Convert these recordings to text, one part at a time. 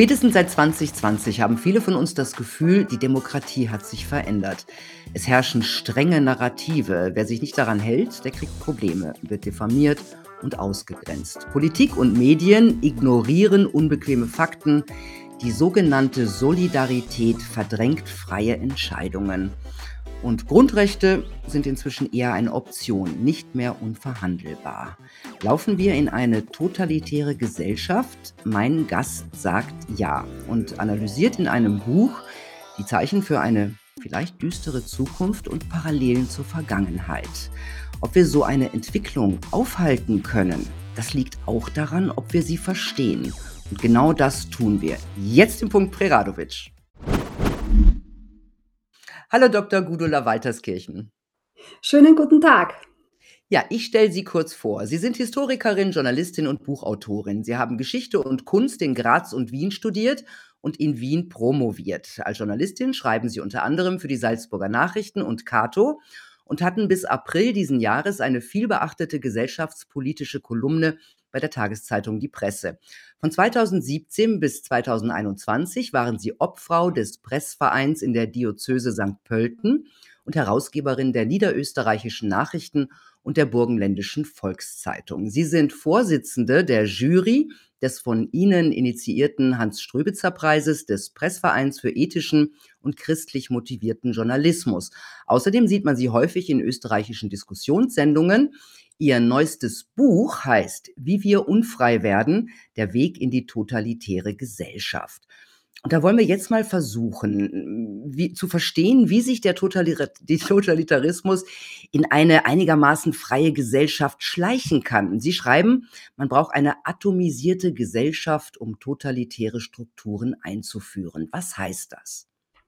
Spätestens seit 2020 haben viele von uns das Gefühl, die Demokratie hat sich verändert. Es herrschen strenge Narrative. Wer sich nicht daran hält, der kriegt Probleme, wird diffamiert und ausgegrenzt. Politik und Medien ignorieren unbequeme Fakten. Die sogenannte Solidarität verdrängt freie Entscheidungen. Und Grundrechte sind inzwischen eher eine Option, nicht mehr unverhandelbar. Laufen wir in eine totalitäre Gesellschaft? Mein Gast sagt ja und analysiert in einem Buch die Zeichen für eine vielleicht düstere Zukunft und Parallelen zur Vergangenheit. Ob wir so eine Entwicklung aufhalten können, das liegt auch daran, ob wir sie verstehen. Und genau das tun wir. Jetzt im Punkt Preradovic. Hallo Dr. Gudula Walterskirchen. Schönen guten Tag. Ja, ich stelle Sie kurz vor. Sie sind Historikerin, Journalistin und Buchautorin. Sie haben Geschichte und Kunst in Graz und Wien studiert und in Wien promoviert. Als Journalistin schreiben Sie unter anderem für die Salzburger Nachrichten und Cato und hatten bis April diesen Jahres eine vielbeachtete gesellschaftspolitische Kolumne bei der Tageszeitung Die Presse. Von 2017 bis 2021 waren Sie Obfrau des Pressvereins in der Diözese St. Pölten und Herausgeberin der Niederösterreichischen Nachrichten und der Burgenländischen Volkszeitung. Sie sind Vorsitzende der Jury des von Ihnen initiierten Hans-Ströbitzer-Preises des Pressvereins für ethischen und christlich motivierten Journalismus. Außerdem sieht man Sie häufig in österreichischen Diskussionssendungen. Ihr neuestes Buch heißt Wie wir unfrei werden, der Weg in die totalitäre Gesellschaft. Und da wollen wir jetzt mal versuchen, zu verstehen, wie sich der Totalitarismus in eine einigermaßen freie Gesellschaft schleichen kann. Sie schreiben, man braucht eine atomisierte Gesellschaft, um totalitäre Strukturen einzuführen. Was heißt das?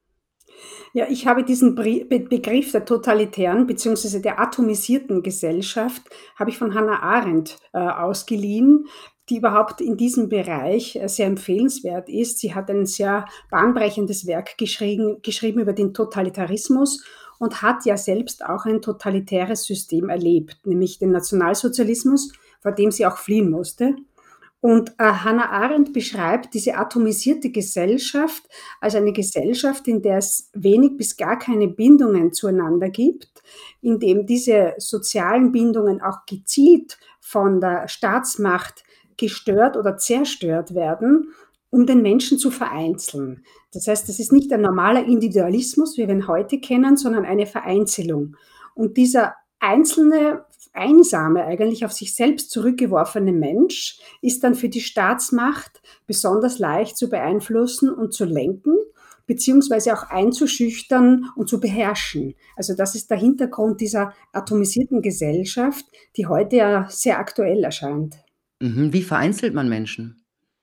Ja, ich habe diesen Begriff der totalitären bzw. der atomisierten Gesellschaft habe ich von Hannah Arendt ausgeliehen, die überhaupt in diesem Bereich sehr empfehlenswert ist. Sie hat ein sehr bahnbrechendes Werk geschrieben über den Totalitarismus und hat ja selbst auch ein totalitäres System erlebt, nämlich den Nationalsozialismus, vor dem sie auch fliehen musste. Und Hannah Arendt beschreibt diese atomisierte Gesellschaft als eine Gesellschaft, in der es wenig bis gar keine Bindungen zueinander gibt, in dem diese sozialen Bindungen auch gezielt von der Staatsmacht gestört oder zerstört werden, um den Menschen zu vereinzeln. Das heißt, es ist nicht ein normaler Individualismus, wie wir ihn heute kennen, sondern eine Vereinzelung. Und dieser einzelne, einsame, eigentlich auf sich selbst zurückgeworfene Mensch ist dann für die Staatsmacht besonders leicht zu beeinflussen und zu lenken, beziehungsweise auch einzuschüchtern und zu beherrschen. Also das ist der Hintergrund dieser atomisierten Gesellschaft, die heute ja sehr aktuell erscheint. Wie vereinzelt man Menschen?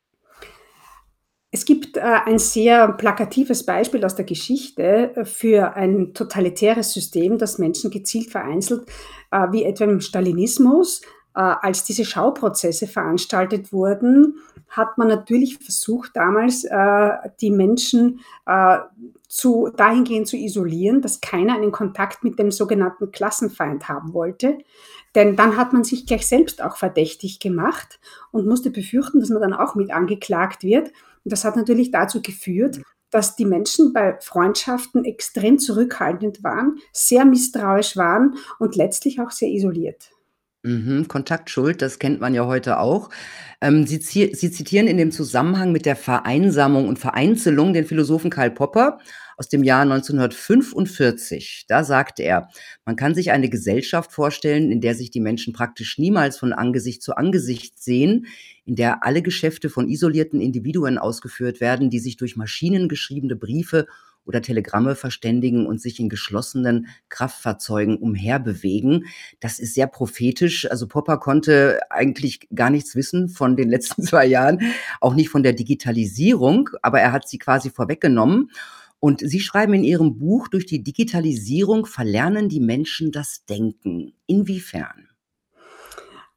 Es gibt ein sehr plakatives Beispiel aus der Geschichte für ein totalitäres System, das Menschen gezielt vereinzelt, wie etwa im Stalinismus. Als diese Schauprozesse veranstaltet wurden, hat man natürlich versucht, damals die Menschen dahingehend zu isolieren, dass keiner einen Kontakt mit dem sogenannten Klassenfeind haben wollte. Denn dann hat man sich gleich selbst auch verdächtig gemacht und musste befürchten, dass man dann auch mit angeklagt wird. Und das hat natürlich dazu geführt, dass die Menschen bei Freundschaften extrem zurückhaltend waren, sehr misstrauisch waren und letztlich auch sehr isoliert. Kontaktschuld, das kennt man ja heute auch. Sie zitieren in dem Zusammenhang mit der Vereinsamung und Vereinzelung den Philosophen Karl Popper aus dem Jahr 1945. Da sagt er, man kann sich eine Gesellschaft vorstellen, in der sich die Menschen praktisch niemals von Angesicht zu Angesicht sehen, in der alle Geschäfte von isolierten Individuen ausgeführt werden, die sich durch maschinengeschriebene Briefe oder Telegramme verständigen und sich in geschlossenen Kraftfahrzeugen umherbewegen. Das ist sehr prophetisch. Also Popper konnte eigentlich gar nichts wissen von den letzten 2 Jahren, auch nicht von der Digitalisierung, aber er hat sie quasi vorweggenommen. Und Sie schreiben in Ihrem Buch, durch die Digitalisierung verlernen die Menschen das Denken. Inwiefern?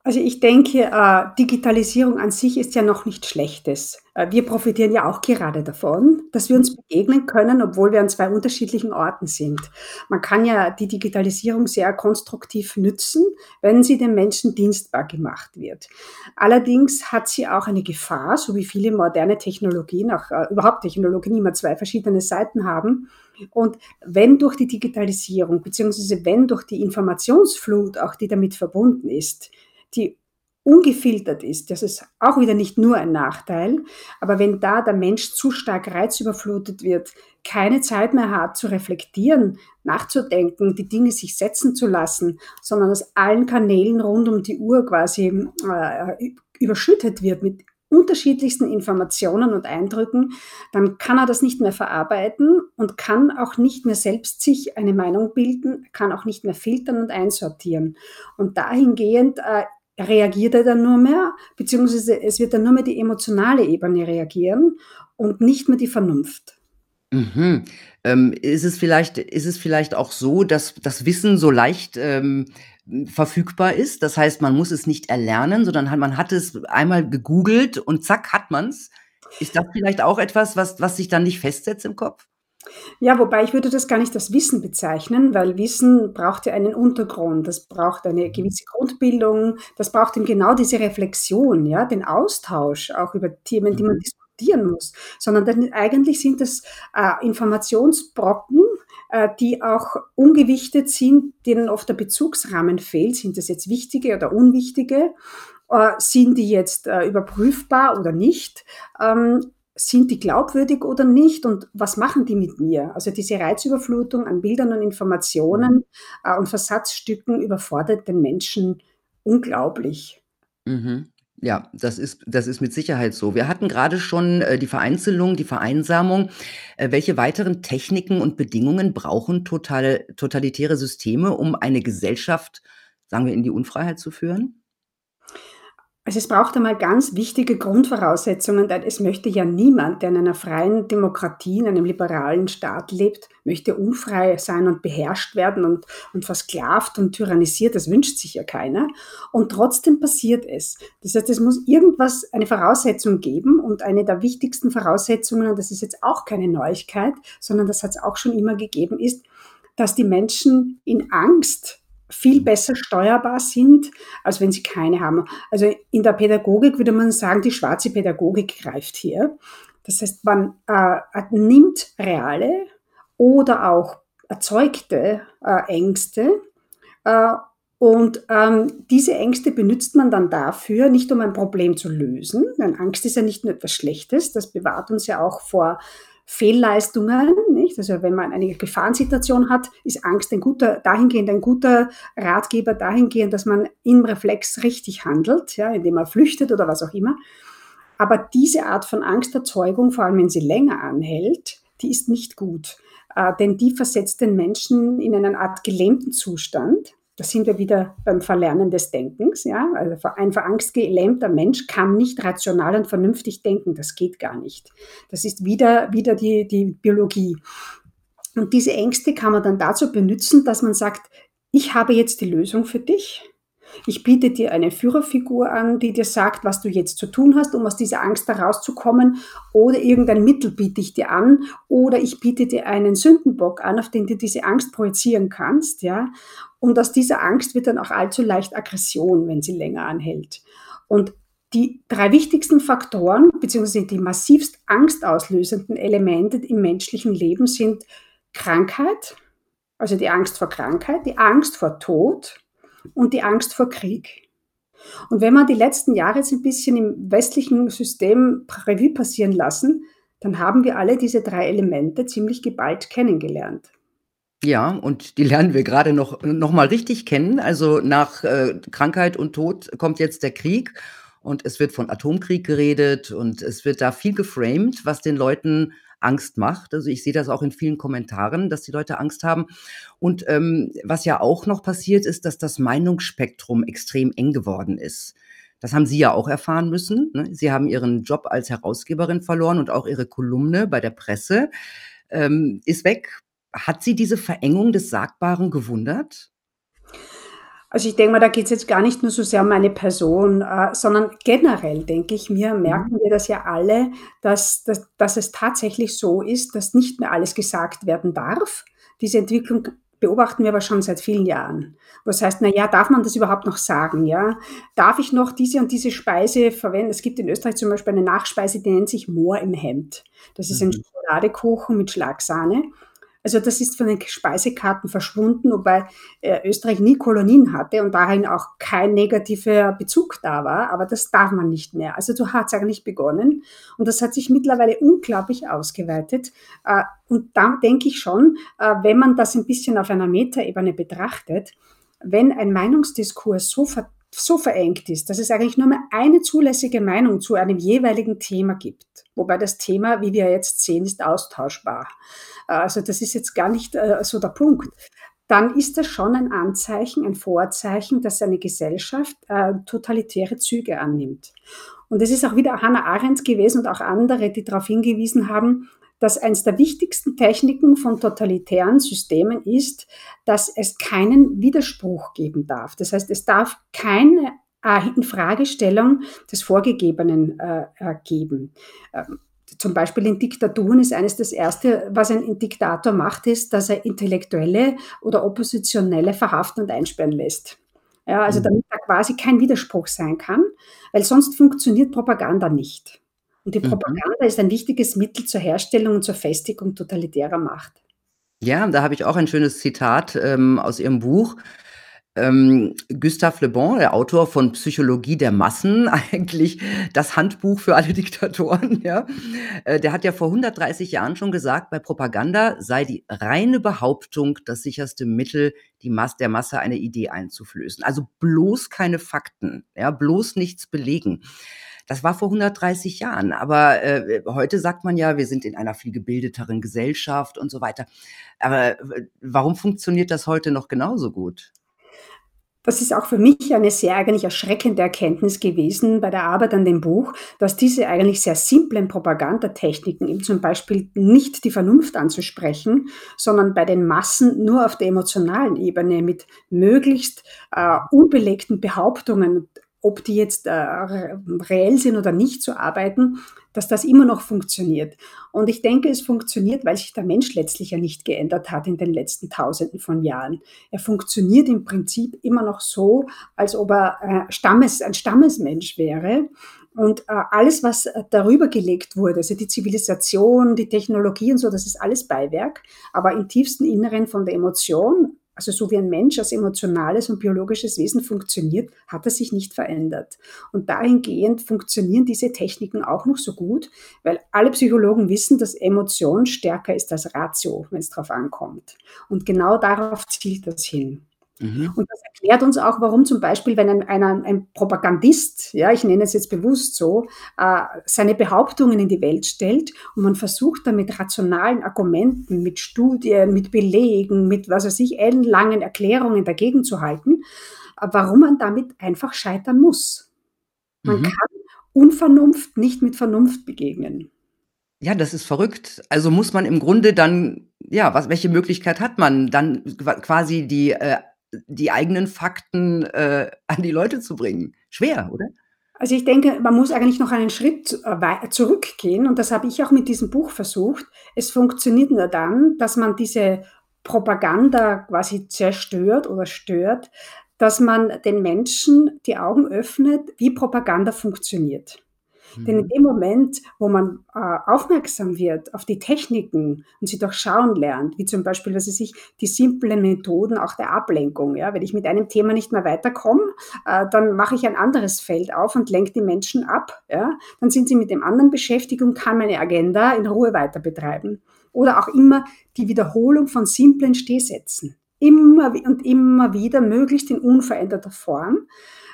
Also, ich denke, Digitalisierung an sich ist ja noch nichts Schlechtes. Wir profitieren ja auch gerade davon, dass wir uns begegnen können, obwohl wir an 2 unterschiedlichen Orten sind. Man kann ja die Digitalisierung sehr konstruktiv nützen, wenn sie den Menschen dienstbar gemacht wird. Allerdings hat sie auch eine Gefahr, so wie viele moderne Technologien, auch, überhaupt Technologien immer 2 verschiedene Seiten haben. Und wenn durch die Digitalisierung beziehungsweise wenn durch die Informationsflut, auch die damit verbunden ist, die ungefiltert ist, das ist auch wieder nicht nur ein Nachteil, aber wenn da der Mensch zu stark reizüberflutet wird, keine Zeit mehr hat zu reflektieren, nachzudenken, die Dinge sich setzen zu lassen, sondern aus allen Kanälen rund um die Uhr quasi überschüttet wird mit unterschiedlichsten Informationen und Eindrücken, dann kann er das nicht mehr verarbeiten und kann auch nicht mehr selbst sich eine Meinung bilden, kann auch nicht mehr filtern und einsortieren. Und dahingehend reagiert er dann nur mehr, beziehungsweise es wird dann nur mehr die emotionale Ebene reagieren und nicht mehr die Vernunft. Mhm. Ist es vielleicht auch so, dass das Wissen so leicht, verfügbar ist? Das heißt, man muss es nicht erlernen, sondern man hat es einmal gegoogelt und zack, hat man's. Ist das vielleicht auch etwas, was sich dann nicht festsetzt im Kopf? Ja, wobei ich würde das gar nicht als Wissen bezeichnen, weil Wissen braucht ja einen Untergrund. Das braucht eine gewisse Grundbildung. Das braucht eben genau diese Reflexion, ja, den Austausch auch über Themen, die man Mhm. diskutieren muss. Sondern dann eigentlich sind das, Informationsbrocken, die auch ungewichtet sind, denen oft der Bezugsrahmen fehlt. Sind das jetzt wichtige oder unwichtige? Sind die jetzt, überprüfbar oder nicht? Sind die glaubwürdig oder nicht und was machen die mit mir? Also diese Reizüberflutung an Bildern und Mhm. Informationen, und Versatzstücken überfordert den Menschen unglaublich. Mhm. Ja, das ist mit Sicherheit so. Wir hatten gerade schon, die Vereinzelung, die Vereinsamung. Welche weiteren Techniken und Bedingungen brauchen totalitäre Systeme, um eine Gesellschaft, sagen wir, in die Unfreiheit zu führen? Also, es braucht einmal ganz wichtige Grundvoraussetzungen, denn es möchte ja niemand, der in einer freien Demokratie, in einem liberalen Staat lebt, möchte unfrei sein und beherrscht werden und versklavt und tyrannisiert. Das wünscht sich ja keiner. Und trotzdem passiert es. Das heißt, es muss irgendwas, eine Voraussetzung geben und eine der wichtigsten Voraussetzungen, und das ist jetzt auch keine Neuigkeit, sondern das hat es auch schon immer gegeben, ist, dass die Menschen in Angst viel besser steuerbar sind, als wenn sie keine haben. Also in der Pädagogik würde man sagen, die schwarze Pädagogik greift hier. Das heißt, man nimmt reale oder auch erzeugte Ängste äh, und diese Ängste benutzt man dann dafür, nicht um ein Problem zu lösen, denn Angst ist ja nicht nur etwas Schlechtes, das bewahrt uns ja auch vor Fehlleistungen, nicht? Also wenn man eine Gefahrensituation hat, ist Angst dahingehend ein guter Ratgeber dahingehend, dass man im Reflex richtig handelt, ja, indem man flüchtet oder was auch immer. Aber diese Art von Angsterzeugung, vor allem wenn sie länger anhält, die ist nicht gut, denn die versetzt den Menschen in eine Art gelähmten Zustand. Da sind wir wieder beim Verlernen des Denkens. Ja? Also ein angstgelähmter Mensch kann nicht rational und vernünftig denken. Das geht gar nicht. Das ist wieder die Biologie. Und diese Ängste kann man dann dazu benutzen, dass man sagt, ich habe jetzt die Lösung für dich. Ich biete dir eine Führerfigur an, die dir sagt, was du jetzt zu tun hast, um aus dieser Angst herauszukommen. Oder irgendein Mittel biete ich dir an. Oder ich biete dir einen Sündenbock an, auf den du diese Angst projizieren kannst. Ja? Und aus dieser Angst wird dann auch allzu leicht Aggression, wenn sie länger anhält. Und die 3 wichtigsten Faktoren, beziehungsweise die massivst angstauslösenden Elemente im menschlichen Leben sind Krankheit, also die Angst vor Krankheit, die Angst vor Tod und die Angst vor Krieg. Und wenn man die letzten Jahre jetzt ein bisschen im westlichen System Revue passieren lassen, dann haben wir alle diese 3 Elemente ziemlich geballt kennengelernt. Ja, und die lernen wir gerade noch mal richtig kennen. Also, nach, Krankheit und Tod kommt jetzt der Krieg und es wird von Atomkrieg geredet und es wird da viel geframed, was den Leuten Angst macht. Also, ich sehe das auch in vielen Kommentaren, dass die Leute Angst haben. Und, was ja auch noch passiert, ist, dass das Meinungsspektrum extrem eng geworden ist. Das haben Sie ja auch erfahren müssen, ne? Sie haben Ihren Job als Herausgeberin verloren und auch Ihre Kolumne bei der Presse, ist weg. Hat Sie diese Verengung des Sagbaren gewundert? Also ich denke mal, da geht es jetzt gar nicht nur so sehr um eine Person, sondern generell denke ich mir, Mhm. merken wir das ja alle, dass es tatsächlich so ist, dass nicht mehr alles gesagt werden darf. Diese Entwicklung beobachten wir aber schon seit vielen Jahren. Was heißt, na ja, darf man das überhaupt noch sagen, ja? Darf ich noch diese und diese Speise verwenden? Es gibt in Österreich zum Beispiel eine Nachspeise, die nennt sich Mohr im Hemd. Das ist ein Mhm. Schokoladekuchen mit Schlagsahne. Also das ist von den Speisekarten verschwunden, wobei Österreich nie Kolonien hatte und dahin auch kein negativer Bezug da war, aber das darf man nicht mehr. Also so hat es eigentlich begonnen und das hat sich mittlerweile unglaublich ausgeweitet. Und da denke ich schon, wenn man das ein bisschen auf einer Metaebene betrachtet, wenn ein Meinungsdiskurs so verengt ist, dass es eigentlich nur mehr eine zulässige Meinung zu einem jeweiligen Thema gibt, wobei das Thema, wie wir jetzt sehen, ist austauschbar. Also das ist jetzt gar nicht so der Punkt. Dann ist das schon ein Anzeichen, ein Vorzeichen, dass eine Gesellschaft totalitäre Züge annimmt. Und es ist auch wieder Hannah Arendt gewesen und auch andere, die darauf hingewiesen haben, dass eines der wichtigsten Techniken von totalitären Systemen ist, dass es keinen Widerspruch geben darf. Das heißt, es darf keine Infragestellung des Vorgegebenen geben. Zum Beispiel in Diktaturen ist eines das Erste, was ein Diktator macht, ist, dass er Intellektuelle oder Oppositionelle verhaften und einsperren lässt. Ja, also Mhm. damit da quasi kein Widerspruch sein kann, weil sonst funktioniert Propaganda nicht. Und die Mhm. Propaganda ist ein wichtiges Mittel zur Herstellung und zur Festigung totalitärer Macht. Ja, da habe ich auch ein schönes Zitat, aus Ihrem Buch. Gustave Le Bon, der Autor von „Psychologie der Massen", eigentlich das Handbuch für alle Diktatoren, ja. Der hat ja vor 130 Jahren schon gesagt, bei Propaganda sei die reine Behauptung das sicherste Mittel, der Masse eine Idee einzuflößen. Also bloß keine Fakten, ja, bloß nichts belegen. Das war vor 130 Jahren, aber, heute sagt man ja, wir sind in einer viel gebildeteren Gesellschaft und so weiter. Aber warum funktioniert das heute noch genauso gut? Das ist auch für mich eine sehr eigentlich erschreckende Erkenntnis gewesen bei der Arbeit an dem Buch, dass diese eigentlich sehr simplen Propagandatechniken, eben zum Beispiel nicht die Vernunft anzusprechen, sondern bei den Massen nur auf der emotionalen Ebene mit möglichst unbelegten Behauptungen, ob die jetzt reell sind oder nicht, zu arbeiten, dass das immer noch funktioniert. Und ich denke, es funktioniert, weil sich der Mensch letztlich ja nicht geändert hat in den letzten Tausenden von Jahren. Er funktioniert im Prinzip immer noch so, als ob er ein Stammesmensch wäre. Und alles, was darüber gelegt wurde, also die Zivilisation, die Technologie und so, das ist alles Beiwerk. Aber im tiefsten Inneren von der Emotion, also so wie ein Mensch als emotionales und biologisches Wesen funktioniert, hat er sich nicht verändert. Und dahingehend funktionieren diese Techniken auch noch so gut, weil alle Psychologen wissen, dass Emotion stärker ist als Ratio, wenn es darauf ankommt. Und genau darauf zielt das hin. Mhm. Und das erklärt uns auch, warum zum Beispiel, wenn ein Propagandist, ja, ich nenne es jetzt bewusst so, seine Behauptungen in die Welt stellt und man versucht dann mit rationalen Argumenten, mit Studien, mit Belegen, mit was weiß ich, ellenlangen Erklärungen dagegen zu halten, warum man damit einfach scheitern muss. Man Mhm. kann Unvernunft nicht mit Vernunft begegnen. Ja, das ist verrückt. Also muss man im Grunde dann ja, welche Möglichkeit hat man dann quasi die eigenen Fakten, an die Leute zu bringen? Schwer, oder? Also, ich denke, man muss eigentlich noch einen Schritt, wei zurückgehen und das habe ich auch mit diesem Buch versucht. Es funktioniert nur dann, dass man diese Propaganda quasi zerstört oder stört, dass man den Menschen die Augen öffnet, wie Propaganda funktioniert. Denn in Mhm. dem Moment, wo man aufmerksam wird auf die Techniken und sie durchschauen lernt, wie zum Beispiel, was weiß ich, die simplen Methoden auch der Ablenkung. Ja? Wenn ich mit einem Thema nicht mehr weiterkomme, dann mache ich ein anderes Feld auf und lenke die Menschen ab. Ja? Dann sind sie mit dem anderen beschäftigt und kann meine Agenda in Ruhe weiter betreiben. Oder auch immer die Wiederholung von simplen Stehsätzen. Und immer wieder, möglichst in unveränderter Form,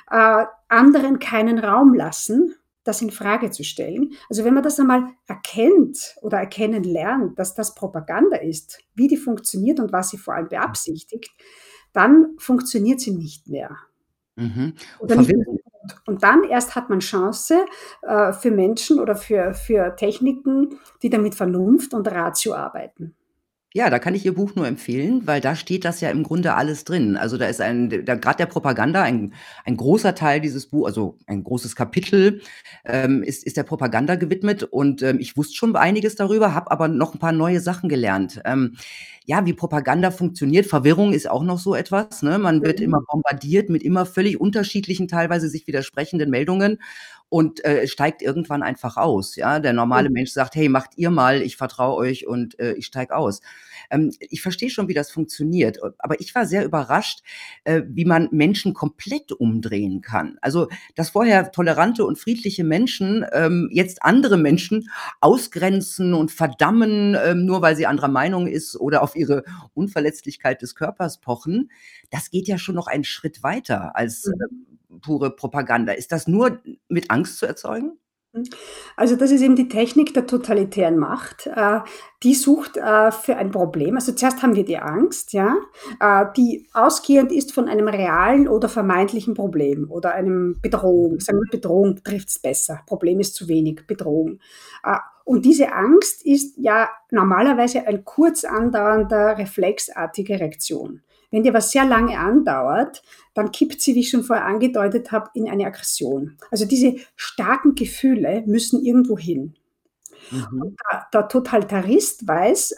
anderen keinen Raum lassen, das in Frage zu stellen. Also wenn man das einmal erkennt oder erkennen lernt, dass das Propaganda ist, wie die funktioniert und was sie vor allem beabsichtigt, dann funktioniert sie nicht mehr Mhm. oder Frau nicht mehr Wild, so gut. Und dann erst hat man Chance für Menschen oder für Techniken, die da mit Vernunft und Ratio arbeiten. Ja, da kann ich Ihr Buch nur empfehlen, weil da steht das ja im Grunde alles drin. Also, da ist da grad der Propaganda, ein großer Teil dieses also, ein großes Kapitel, ist der Propaganda gewidmet und, ich wusste schon einiges darüber, habe aber noch ein paar neue Sachen gelernt. Ja, wie Propaganda funktioniert. Verwirrung ist auch noch so etwas, ne? Man wird immer Mhm. bombardiert mit immer völlig unterschiedlichen, teilweise sich widersprechenden Meldungen und, steigt irgendwann einfach aus, ja? Der normale Mhm. Mensch sagt: „Hey, macht ihr mal, ich vertraue euch und, ich steige aus.“ Ich verstehe schon, wie das funktioniert, aber ich war sehr überrascht, wie man Menschen komplett umdrehen kann. Also, dass vorher tolerante und friedliche Menschen, jetzt andere Menschen ausgrenzen und verdammen, nur weil sie anderer Meinung ist oder auf ihre Unverletzlichkeit des Körpers pochen, das geht ja schon noch einen Schritt weiter als, Mhm. pure Propaganda. Ist das nur mit Angst zu erzeugen? Mhm. Also, das ist eben die Technik der totalitären Macht. Die sucht, für ein Problem, also, zuerst haben wir die Angst, ja, die ausgehend ist von einem realen oder vermeintlichen Problem oder einem Bedrohung. Mhm. Sagen wir, Bedrohung trifft's besser. Problem ist zu wenig, Bedrohung. Und diese Angst ist ja normalerweise ein kurz andauernder reflexartige Reaktion. Wenn die aber sehr lange andauert, dann kippt sie, wie ich schon vorher angedeutet habe, in eine Aggression. Also diese starken Gefühle müssen irgendwo hin. Und Mhm. der Totalitarist weiß,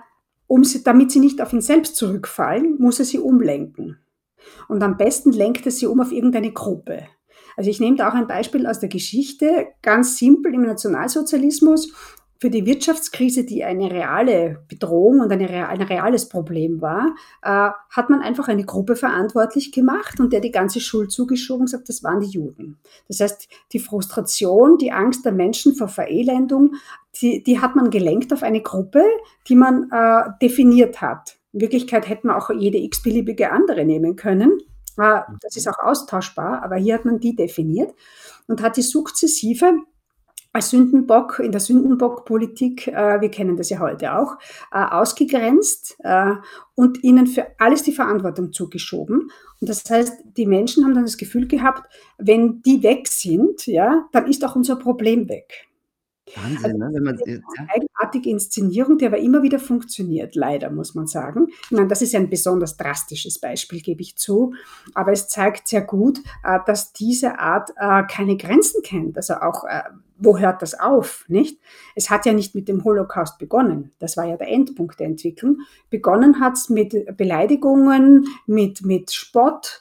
damit sie nicht auf ihn selbst zurückfallen, muss er sie umlenken. Und am besten lenkt er sie um auf irgendeine Gruppe. Also ich nehme da auch ein Beispiel aus der Geschichte, ganz simpel im Nationalsozialismus. Für die Wirtschaftskrise, die eine reale Bedrohung und ein reales Problem war, hat man einfach eine Gruppe verantwortlich gemacht und der die ganze Schuld zugeschoben und gesagt, das waren die Juden. Das heißt, die Frustration, die Angst der Menschen vor Verelendung, die hat man gelenkt auf eine Gruppe, die man definiert hat. In Wirklichkeit hätte man auch jede x-beliebige andere nehmen können. Das ist Mhm. auch austauschbar, aber hier hat man die definiert und hat die sukzessive als Sündenbock in der Sündenbockpolitik, wir kennen das ja heute auch, ausgegrenzt und ihnen für alles die Verantwortung zugeschoben. Und das heißt, die Menschen haben dann das Gefühl gehabt, wenn die weg sind, ja, dann ist auch unser Problem weg. Also, Wahnsinn, ne? das Wenn ist man eine ja. eigenartige Inszenierung, die aber immer wieder funktioniert, leider, muss man sagen. Ich meine, das ist ein besonders drastisches Beispiel, gebe ich zu, aber es zeigt sehr gut, dass diese Art, keine Grenzen kennt. Also auch, wo hört das auf, nicht? Es hat ja nicht mit dem Holocaust begonnen. Das war ja der Endpunkt der Entwicklung. Begonnen hat's mit Beleidigungen, mit Spott,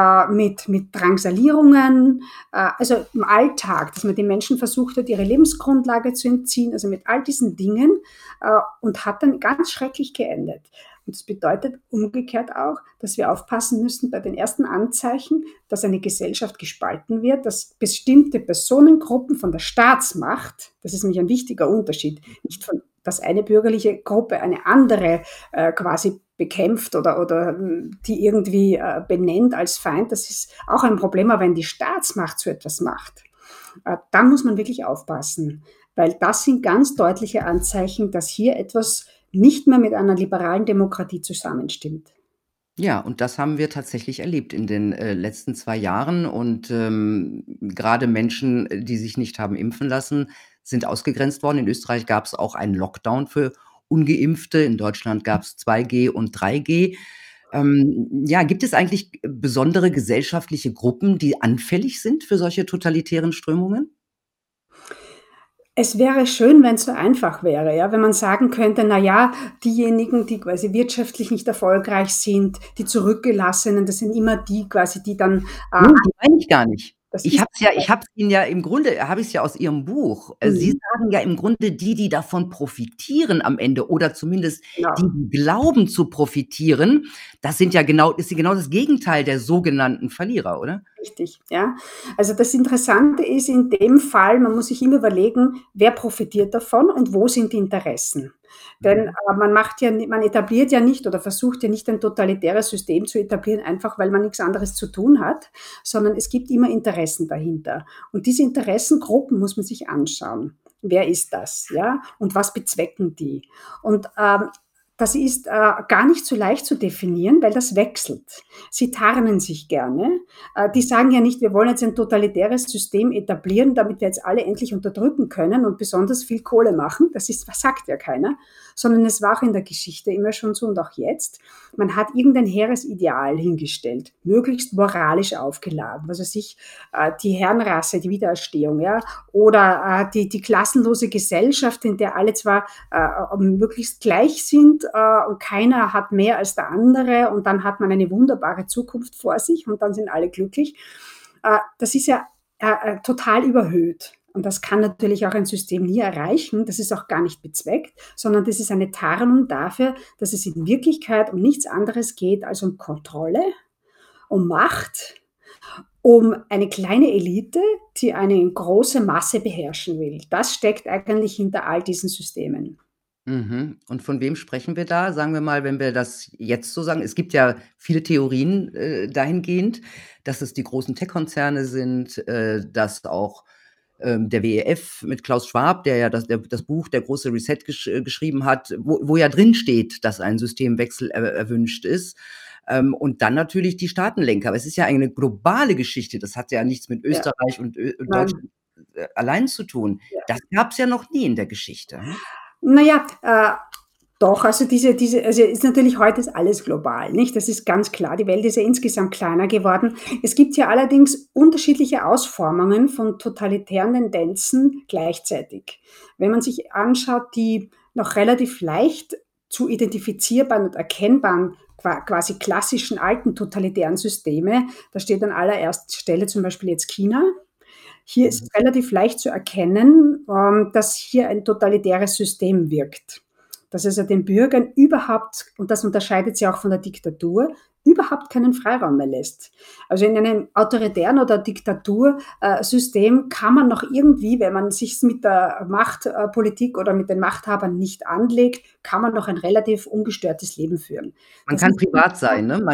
mit Drangsalierungen, also im Alltag, dass man den Menschen versucht hat, ihre Lebensgrundlage zu entziehen, also mit all diesen Dingen und hat dann ganz schrecklich geendet. Und das bedeutet umgekehrt auch, dass wir aufpassen müssen bei den ersten Anzeichen, dass eine Gesellschaft gespalten wird, dass bestimmte Personengruppen von der Staatsmacht, das ist nämlich ein wichtiger Unterschied, nicht von, dass eine bürgerliche Gruppe eine andere quasi bekämpft oder die irgendwie benennt als Feind, das ist auch ein Problem, aber wenn die Staatsmacht so etwas macht, dann muss man wirklich aufpassen, weil das sind ganz deutliche Anzeichen, dass hier etwas nicht mehr mit einer liberalen Demokratie zusammenstimmt. Ja, und das haben wir tatsächlich erlebt in den, letzten 2 Jahren und, grade Menschen, die sich nicht haben impfen lassen, sind ausgegrenzt worden. In Österreich gab's auch einen Lockdown für Ungeimpfte. In Deutschland gab's 2G und 3G. Ja, gibt es eigentlich besondere gesellschaftliche Gruppen, die anfällig sind für solche totalitären Strömungen? Es wäre schön, wenn es so einfach wäre, ja, wenn man sagen könnte: „Na ja, diejenigen, die quasi wirtschaftlich nicht erfolgreich sind, die Zurückgelassenen, das sind immer die quasi, die dann, Ne, die meine ich gar nicht. das ist Ich habe es Ihnen ja im Grunde habe ich's ja aus Ihrem Buch. Sie mhm, sagen ja im Grunde die davon profitieren am Ende oder zumindest genau. die glauben zu profitieren, das sind ja genau ist ja genau das Gegenteil der sogenannten Verlierer, oder? Richtig, ja. Also, das Interessante ist in dem Fall, man muss sich immer überlegen, wer profitiert davon und wo sind die Interessen? Denn, Mhm. man etabliert ja nicht oder versucht ja nicht ein totalitäres System zu etablieren, einfach weil man nix anderes zu tun hat, sondern es gibt immer Interessen dahinter. Und diese Interessengruppen muss man sich anschauen. Wer ist das, ja? Und was bezwecken die? Und, das ist gar nicht so leicht zu definieren, weil das wechselt. Sie tarnen sich gerne. Die sagen ja nicht, wir wollen jetzt ein totalitäres System etablieren, damit wir jetzt alle endlich unterdrücken können und besonders viel Kohle machen. Das ist, was sagt ja keiner. Sondern es war auch in der Geschichte immer schon so und auch jetzt. Man hat irgendein hehres Ideal hingestellt, möglichst moralisch aufgeladen. Also sich die Herrenrasse, die Wiedererstehung, ja, oder die klassenlose Gesellschaft, in der alle zwar möglichst gleich sind und keiner hat mehr als der andere und dann hat man eine wunderbare Zukunft vor sich und dann sind alle glücklich. Das ist ja total überhöht. Und das kann natürlich auch ein System nie erreichen. Das ist auch gar nicht bezweckt, sondern das ist eine Tarnung dafür, dass es in Wirklichkeit um nichts anderes geht als um Kontrolle, um Macht, um eine kleine Elite, die eine große Masse beherrschen will. Das steckt eigentlich hinter all diesen Systemen. Mhm. Und von wem sprechen wir da? Sagen wir mal, wenn wir das jetzt so sagen, es gibt ja viele Theorien, dahingehend, dass es die großen Tech-Konzerne sind, dass auch, der WEF mit Klaus Schwab, der ja das Buch „Der große Reset" geschrieben hat, wo ja drin steht, dass ein Systemwechsel erwünscht ist. Und dann natürlich die Staatenlenker. Aber es ist ja eine globale Geschichte. Das hat ja nichts mit Ja, Österreich und nein, Deutschland, allein zu tun. ja. Das gab's ja noch nie in der Geschichte, ne? Naja, doch, also also ist natürlich heute ist alles global, nicht? Das ist ganz klar. Die Welt ist ja insgesamt kleiner geworden. Es gibt ja allerdings unterschiedliche Ausformungen von totalitären Tendenzen gleichzeitig. Wenn man sich anschaut, die noch relativ leicht zu identifizierbaren und erkennbaren quasi klassischen alten totalitären Systeme, da steht an allererster Stelle zum Beispiel jetzt China. Hier ist Mhm. es relativ leicht zu erkennen, dass hier ein totalitäres System wirkt. Dass also den Bürgern überhaupt, und das unterscheidet sie auch von der Diktatur, überhaupt keinen Freiraum mehr lässt. Also in einem autoritären oder Diktatursystem kann man noch irgendwie, wenn man sich mit der Machtpolitik oder mit den Machthabern nicht anlegt, kann man noch ein relativ ungestörtes Leben führen. Man Das kann ist nicht privat so. sein, ne?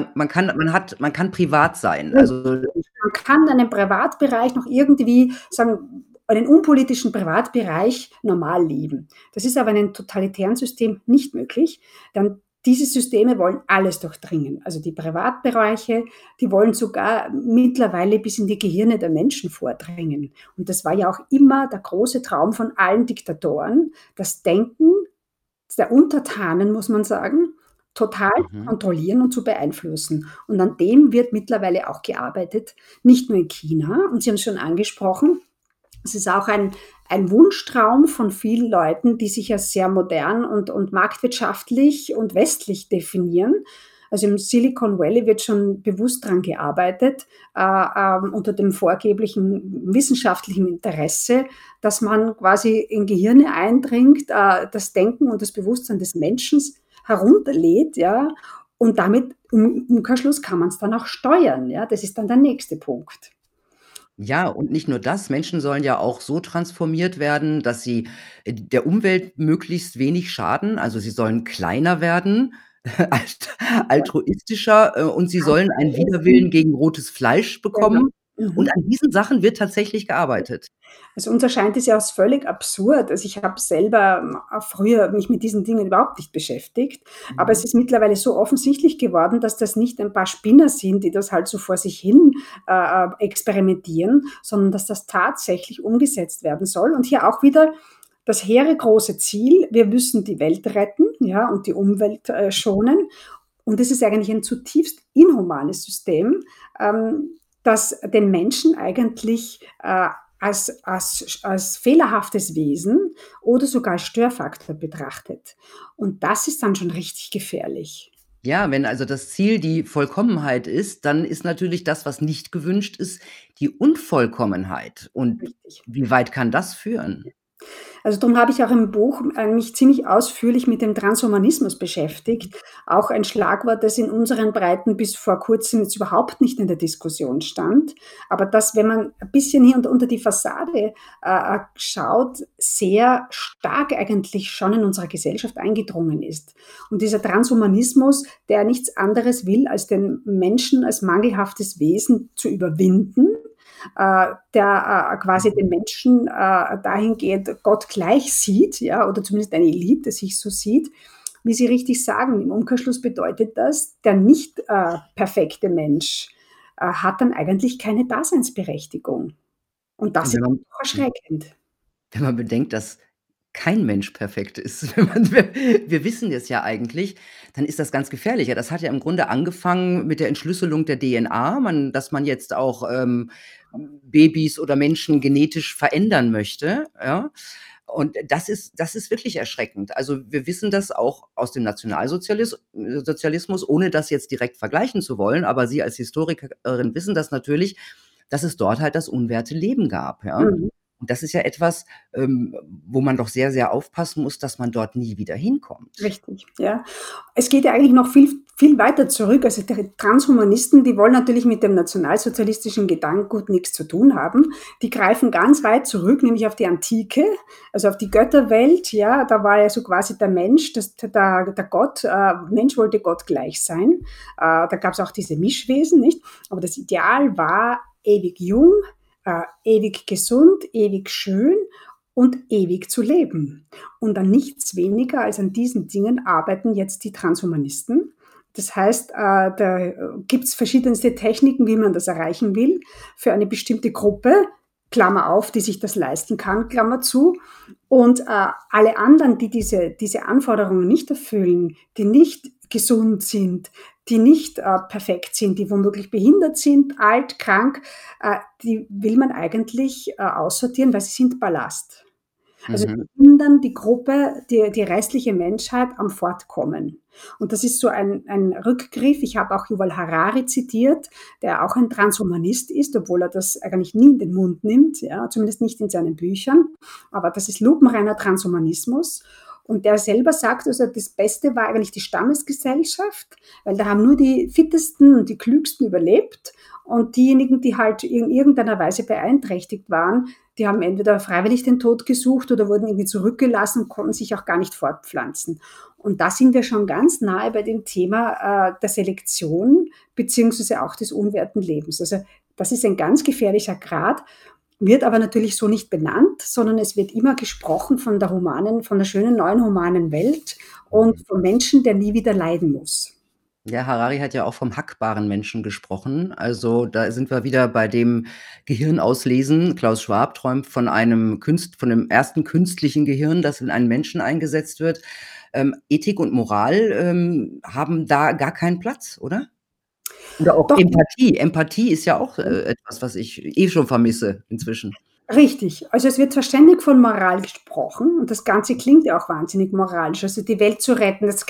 Man kann privat sein. Also, Man kann einen Privatbereich noch irgendwie sagen, einen unpolitischen Privatbereich normal leben. Das ist aber in einem totalitären System nicht möglich. Dann diese Systeme wollen alles durchdringen. Also die Privatbereiche, die wollen sogar mittlerweile bis in die Gehirne der Menschen vordringen. Und das war ja auch immer der große Traum von allen Diktatoren, das Denken der Untertanen, muss man sagen, total zu mhm. kontrollieren und zu beeinflussen. Und an dem wird mittlerweile auch gearbeitet, nicht nur in China. Und Sie haben es schon angesprochen, es ist auch ein Wunschtraum von vielen Leuten, die sich als sehr modern und marktwirtschaftlich und westlich definieren. Also im Silicon Valley wird schon bewusst daran gearbeitet, unter dem vorgeblichen wissenschaftlichen Interesse, dass man quasi in Gehirne eindringt, das Denken und das Bewusstsein des Menschen herunterlädt, ja, und damit im Umkehrschluss kann man es dann auch steuern, ja. Das ist dann der nächste Punkt. Ja, und nicht nur das, Menschen sollen ja auch so transformiert werden, dass sie, der Umwelt möglichst wenig schaden. Also, sie sollen kleiner werden, Ja, altruistischer, und sie sollen einen essen, Widerwillen gegen rotes Fleisch genau. bekommen. Und Mhm. an diesen Sachen wird tatsächlich gearbeitet. Also uns erscheint es ja als völlig absurd. Also ich habe selber früher mich mit diesen Dingen überhaupt nicht beschäftigt, aber es Mhm. ist mittlerweile so offensichtlich geworden, dass das nicht ein paar Spinner sind, die das halt so vor sich hin experimentieren, sondern dass das tatsächlich umgesetzt werden soll. Und hier auch wieder das hehre große Ziel, wir müssen die Welt retten, ja, und die Umwelt schonen. Und es ist eigentlich ein zutiefst inhumanes System, das den Menschen eigentlich als fehlerhaftes Wesen oder sogar als Störfaktor betrachtet. Und das ist dann schon richtig gefährlich. Ja, wenn also das Ziel die Vollkommenheit ist, dann ist natürlich das, was nicht gewünscht ist, die Unvollkommenheit. Und Richtig. wie weit kann das führen? Also darum habe ich auch im Buch mich ziemlich ausführlich mit dem Transhumanismus beschäftigt. Auch ein Schlagwort, das in unseren Breiten bis vor Kurzem jetzt überhaupt nicht in der Diskussion stand. Aber das, wenn man ein bisschen hier unter die Fassade schaut, sehr stark eigentlich schon in unserer Gesellschaft eingedrungen ist. Und dieser Transhumanismus, der nichts anderes will, als den Menschen als mangelhaftes Wesen zu überwinden, der quasi den Menschen dahingehend Gott gleich sieht, ja, oder zumindest eine Elite sich so sieht, wie Sie richtig sagen, im Umkehrschluss bedeutet das, der nicht perfekte Mensch hat dann eigentlich keine Daseinsberechtigung. Und das Und ist doch erschreckend. wenn man bedenkt, dass kein Mensch perfekt ist, wenn man wir wissen es ja eigentlich, dann ist das ganz gefährlich. Ja, das hat ja im Grunde angefangen mit der Entschlüsselung der DNA, dass man jetzt auch, Babys oder Menschen genetisch verändern möchte, ja? Und das ist wirklich erschreckend. Also, wir wissen das auch aus dem Sozialismus, ohne das jetzt direkt vergleichen zu wollen, aber Sie als Historikerin wissen das natürlich, dass es dort halt das unwerte Leben gab, ja? Mhm. Und das ist ja etwas, wo man doch sehr, sehr aufpassen muss, dass man dort nie wieder hinkommt. Richtig, ja. Es geht ja eigentlich noch viel weiter zurück. Also die Transhumanisten, die wollen natürlich mit dem nationalsozialistischen Gedankengut nichts zu tun haben. Die greifen ganz weit zurück, nämlich auf die Antike, also auf die Götterwelt. Ja, da war ja so quasi der Mensch, der Gott, Mensch wollte Gott gleich sein. Da gab es auch diese Mischwesen, nicht? Aber das Ideal war ewig jung, ewig gesund, ewig schön und ewig zu leben. Und an nichts weniger als an diesen Dingen arbeiten jetzt die Transhumanisten. Das heißt, da gibt es verschiedenste Techniken, wie man das erreichen will, für eine bestimmte Gruppe, Klammer auf, die sich das leisten kann, Klammer zu. Und alle anderen, die diese Anforderungen nicht erfüllen, die nicht gesund sind, die nicht perfekt sind, die womöglich behindert sind, alt, krank, die will man eigentlich aussortieren, weil sie sind Ballast. Also Mhm. die hindern die Gruppe, die restliche Menschheit am Fortkommen. Und das ist so ein Rückgriff. Ich habe auch Yuval Harari zitiert, der auch ein Transhumanist ist, obwohl er das eigentlich nie in den Mund nimmt, ja, zumindest nicht in seinen Büchern. Aber das ist lupenreiner Transhumanismus. Und der selber sagt, also das Beste war eigentlich die Stammesgesellschaft, weil da haben nur die Fittesten und die Klügsten überlebt. Und diejenigen, die halt in irgendeiner Weise beeinträchtigt waren, die haben entweder freiwillig den Tod gesucht oder wurden irgendwie zurückgelassen und konnten sich auch gar nicht fortpflanzen. Und da sind wir schon ganz nahe bei dem Thema der Selektion beziehungsweise auch des unwerten Lebens. Also das ist ein ganz gefährlicher Grad, wird aber natürlich so nicht benannt, sondern es wird immer gesprochen von von der schönen neuen humanen Welt und vom Menschen, der nie wieder leiden muss. Ja, Harari hat ja auch vom hackbaren Menschen gesprochen. Also, da sind wir wieder bei dem Gehirnauslesen. Klaus Schwab träumt von dem ersten künstlichen Gehirn, das in einen Menschen eingesetzt wird. Ethik und Moral, haben da gar keinen Platz, oder? Oder auch Doch, Empathie. Empathie ist ja auch, etwas, was ich schon vermisse inzwischen. richtig. Also es wird zwar ständig von Moral gesprochen und das Ganze klingt ja auch wahnsinnig moralisch. Also die Welt zu retten, das ist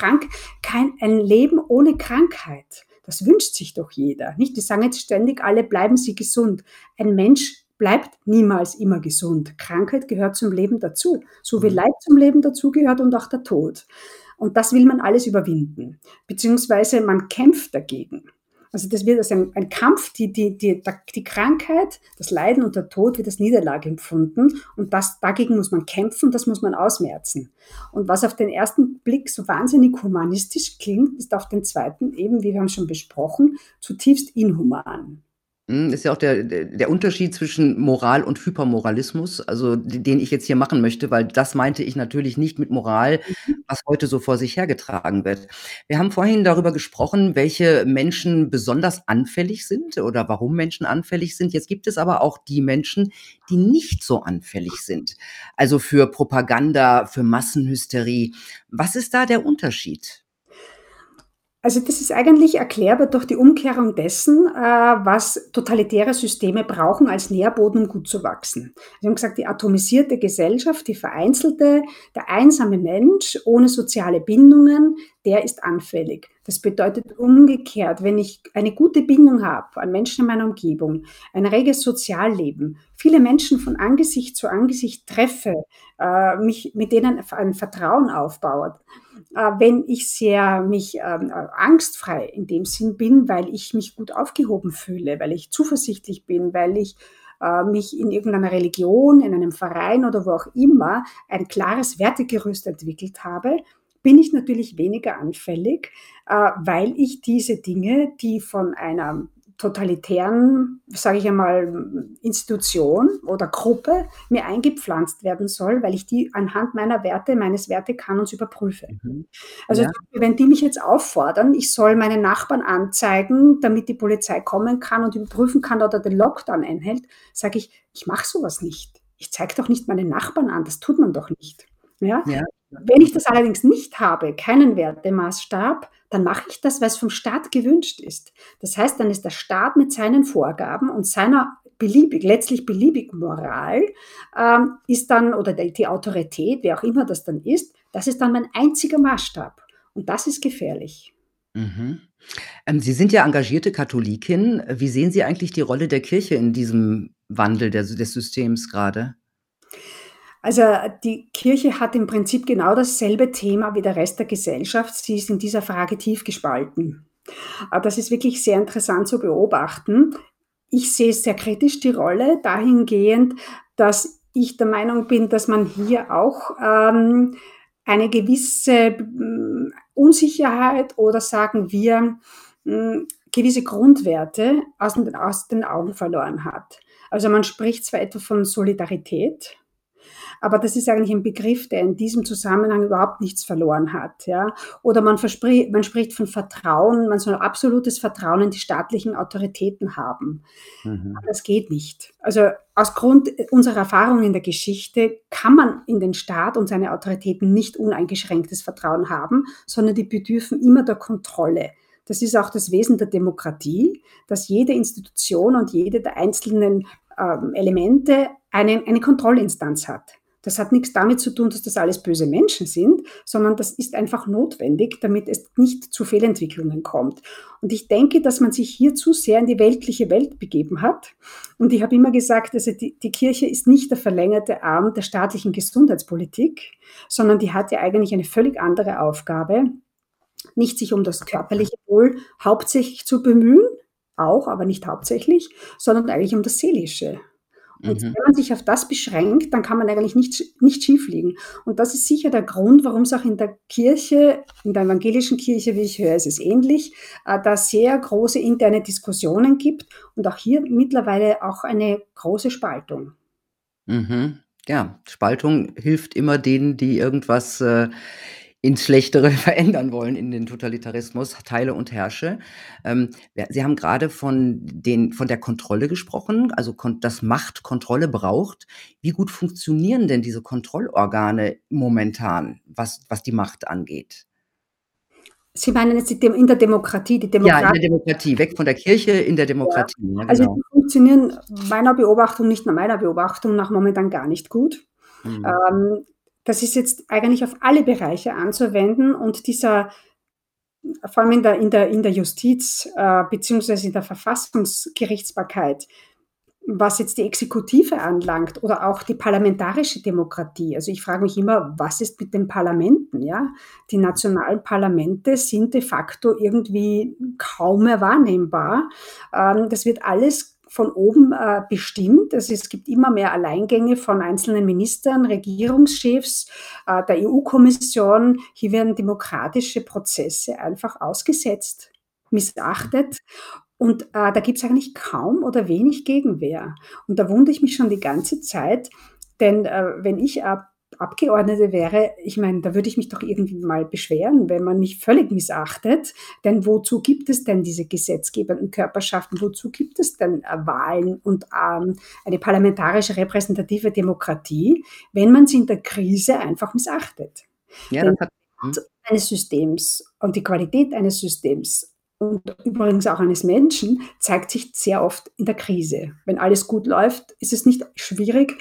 ein Leben ohne Krankheit. Das wünscht sich doch jeder, nicht? Die sagen jetzt ständig alle, bleiben Sie gesund. Ein Mensch bleibt niemals immer gesund. Krankheit gehört zum Leben dazu, so wie Mhm. Leid zum Leben dazugehört und auch der Tod. Und das will man alles überwinden, beziehungsweise man kämpft dagegen. Also das wird als ein Kampf, die Krankheit, das Leiden und der Tod wird als Niederlage empfunden und dagegen muss man kämpfen, das muss man ausmerzen. Und was auf den ersten Blick so wahnsinnig humanistisch klingt, ist auf den zweiten eben, wie wir haben schon besprochen, zutiefst inhuman. Ist ja auch der Unterschied zwischen Moral und Hypermoralismus, also den ich jetzt hier machen möchte, weil das meinte ich natürlich nicht mit Moral, was heute so vor sich hergetragen wird. Wir haben vorhin darüber gesprochen, welche Menschen besonders anfällig sind oder warum Menschen anfällig sind. Jetzt gibt es aber auch die Menschen, die nicht so anfällig sind. Also für Propaganda, für Massenhysterie. Was ist da der Unterschied? Also das ist eigentlich erklärbar durch die Umkehrung dessen, was totalitäre Systeme brauchen als Nährboden, um gut zu wachsen. Sie haben gesagt, die atomisierte Gesellschaft, die vereinzelte, der einsame Mensch ohne soziale Bindungen, der ist anfällig. Das bedeutet umgekehrt, wenn ich eine gute Bindung habe an Menschen in meiner Umgebung, ein reges Sozialleben, viele Menschen von Angesicht zu Angesicht treffe, mich mit denen ein Vertrauen aufbaue, wenn ich mich angstfrei in dem Sinn bin, weil ich mich gut aufgehoben fühle, weil ich zuversichtlich bin, weil ich mich in irgendeiner Religion, in einem Verein oder wo auch immer ein klares Wertegerüst entwickelt habe, bin ich natürlich weniger anfällig, weil ich diese Dinge, die von einer totalitären, sage ich einmal, Institution oder Gruppe mir eingepflanzt werden soll, weil ich die anhand meiner Werte, meines Wertekanons überprüfe. Mhm. Also Ja, wenn die mich jetzt auffordern, ich soll meine Nachbarn anzeigen, damit die Polizei kommen kann und überprüfen kann, ob er den Lockdown einhält, sage ich, ich mache sowas nicht. Ich zeige doch nicht meine Nachbarn an, das tut man doch nicht. Ja? ja. Wenn ich das allerdings nicht habe, keinen Wertemaßstab, dann mache ich das, weil es vom Staat gewünscht ist. Das heißt, dann ist der Staat mit seinen Vorgaben und seiner letztlich beliebig Moral, ist dann, oder die Autorität, wer auch immer das dann ist, das ist dann mein einziger Maßstab. Und das ist gefährlich. Mhm. Sie sind ja engagierte Katholikin. Wie sehen Sie eigentlich die Rolle der Kirche in diesem Wandel des Systems gerade? Also die Kirche hat im Prinzip genau dasselbe Thema wie der Rest der Gesellschaft. Sie ist in dieser Frage tief gespalten. Das ist wirklich sehr interessant zu beobachten. Ich sehe sehr kritisch die Rolle dahingehend, dass ich der Meinung bin, dass man hier auch eine gewisse Unsicherheit oder sagen wir gewisse Grundwerte aus den Augen verloren hat. Also man spricht zwar etwa von Solidarität, aber das ist eigentlich ein Begriff, der in diesem Zusammenhang überhaupt nichts verloren hat. Ja? Oder man spricht von Vertrauen, man soll absolutes Vertrauen in die staatlichen Autoritäten haben. Mhm. Das geht nicht. Also aus Grund unserer Erfahrung in der Geschichte kann man in den Staat und seine Autoritäten nicht uneingeschränktes Vertrauen haben, sondern die bedürfen immer der Kontrolle. Das ist auch das Wesen der Demokratie, dass jede Institution und jede der einzelnen Elemente eine Kontrollinstanz hat. Das hat nichts damit zu tun, dass das alles böse Menschen sind, sondern das ist einfach notwendig, damit es nicht zu Fehlentwicklungen kommt. Und ich denke, dass man sich hier zu sehr in die weltliche Welt begeben hat. Und ich habe immer gesagt, also die Kirche ist nicht der verlängerte Arm der staatlichen Gesundheitspolitik, sondern die hat ja eigentlich eine völlig andere Aufgabe, nicht sich um das körperliche Wohl hauptsächlich zu bemühen, auch, aber nicht hauptsächlich, sondern eigentlich um das Seelische. Und Mhm. wenn man sich auf das beschränkt, dann kann man eigentlich nicht schief liegen. Und das ist sicher der Grund, warum es auch in der Kirche, in der evangelischen Kirche, wie ich höre, ist es ähnlich, da sehr große interne Diskussionen gibt und auch hier mittlerweile auch eine große Spaltung. Mhm. Ja, Spaltung hilft immer denen, die irgendwas, ins Schlechtere verändern wollen in den Totalitarismus, teile und herrsche. Ja, Sie haben grade von der Kontrolle gesprochen, also dass Macht Kontrolle braucht. Wie gut funktionieren denn diese Kontrollorgane momentan, was die Macht angeht? Sie meinen jetzt in der Demokratie, die Ja, in der Demokraten. Demokratie, weg von der Kirche, in der Ja. Demokratie, ja Also, genau. die funktionieren meiner Beobachtung, nicht nur meiner Beobachtung nach, momentan gar nicht gut. Mhm. Ähm, Das ist jetzt eigentlich auf alle Bereiche anzuwenden und dieser vor allem in der Justiz, beziehungsweise in der Verfassungsgerichtsbarkeit, was jetzt die Exekutive anlangt oder auch die parlamentarische Demokratie. Also, ich frage mich immer, was ist mit den Parlamenten, ja? Die nationalen Parlamente sind de facto irgendwie kaum mehr wahrnehmbar. Das wird alles von oben, bestimmt. Also, es gibt immer mehr Alleingänge von einzelnen Ministern, Regierungschefs, der EU-Kommission. Hier werden demokratische Prozesse einfach ausgesetzt, missachtet und, da gibt's eigentlich kaum oder wenig Gegenwehr. Und da wundere ich mich schon die ganze Zeit, denn, wenn ich Abgeordnete wäre, ich meine, da würde ich mich doch irgendwie mal beschweren, wenn man mich völlig missachtet. Denn wozu gibt es denn diese gesetzgebenden Körperschaften? Wozu gibt es denn, Wahlen und, eine parlamentarische repräsentative Demokratie, wenn man sie in der Krise einfach missachtet? Ja, Denn das hat mhm. eines Systems und die Qualität eines Systems und übrigens auch eines Menschen zeigt sich sehr oft in der Krise. Wenn alles gut läuft, ist es nicht schwierig,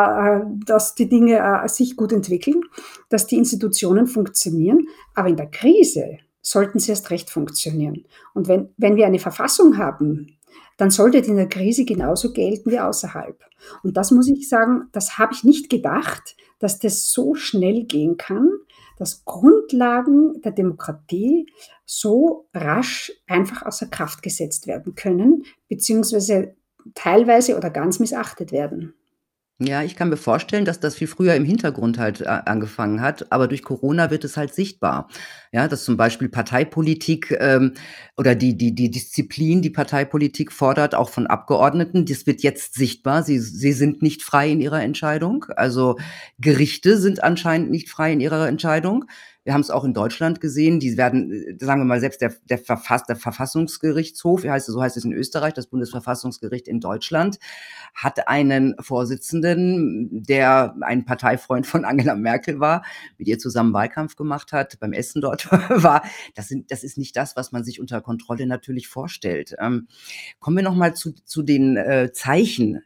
dass die Dinge sich gut entwickeln, dass die Institutionen funktionieren. Aber in der Krise sollten sie erst recht funktionieren. Und wenn wir eine Verfassung haben, dann sollte die in der Krise genauso gelten wie außerhalb. Und das muss ich sagen, das habe ich nicht gedacht, dass das so schnell gehen kann, dass Grundlagen der Demokratie so rasch einfach außer Kraft gesetzt werden können, beziehungsweise teilweise oder ganz missachtet werden. Ja, ich kann mir vorstellen, dass das viel früher im Hintergrund halt angefangen hat, aber durch Corona wird es halt sichtbar. Ja, dass zum Beispiel Parteipolitik, oder die Disziplin, die Parteipolitik fordert, auch von Abgeordneten, das wird jetzt sichtbar. Sie sind nicht frei in ihrer Entscheidung. Also, Gerichte sind anscheinend nicht frei in ihrer Entscheidung. Wir haben es auch in Deutschland gesehen, die werden, sagen wir mal, selbst der Verfassungsgerichtshof, so heißt es in Österreich, das Bundesverfassungsgericht in Deutschland, hat einen Vorsitzenden, der ein Parteifreund von Angela Merkel war, mit ihr zusammen Wahlkampf gemacht hat, beim Essen dort war. Das ist nicht das, was man sich unter Kontrolle natürlich vorstellt. Kommen wir noch mal zu den Zeichen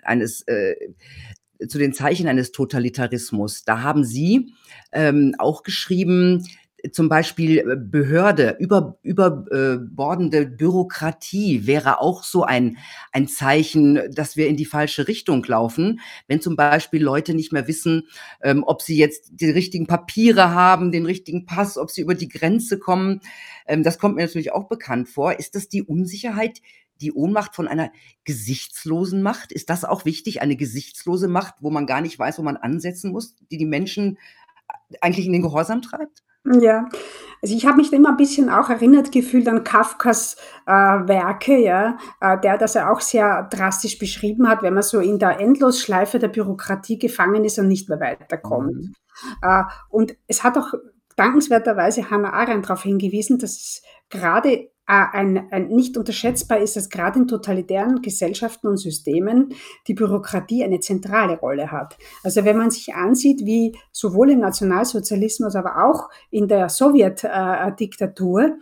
eines Totalitarismus. Da haben Sie auch geschrieben, zum Beispiel Behörde, überbordende Bürokratie wäre auch so ein Zeichen, dass wir in die falsche Richtung laufen. Wenn zum Beispiel Leute nicht mehr wissen, ob sie jetzt die richtigen Papiere haben, den richtigen Pass, ob sie über die Grenze kommen. Das kommt mir natürlich auch bekannt vor. Ist das die Unsicherheit, die Ohnmacht von einer gesichtslosen Macht? Ist das auch wichtig, eine gesichtslose Macht, wo man gar nicht weiß, wo man ansetzen muss, die Menschen eigentlich in den Gehorsam treibt? Ja, also ich habe mich da immer ein bisschen auch erinnert gefühlt an Kafkas, Werke, ja, der das ja auch sehr drastisch beschrieben hat, wenn man so in der Endlosschleife der Bürokratie gefangen ist und nicht mehr weiterkommt. Mhm. Und es hat auch dankenswerterweise Hannah Arendt darauf hingewiesen, dass es gerade ein nicht unterschätzbar ist, dass gerade in totalitären Gesellschaften und Systemen die Bürokratie eine zentrale Rolle hat. Also wenn man sich ansieht, wie sowohl im Nationalsozialismus, aber auch in der Sowjetdiktatur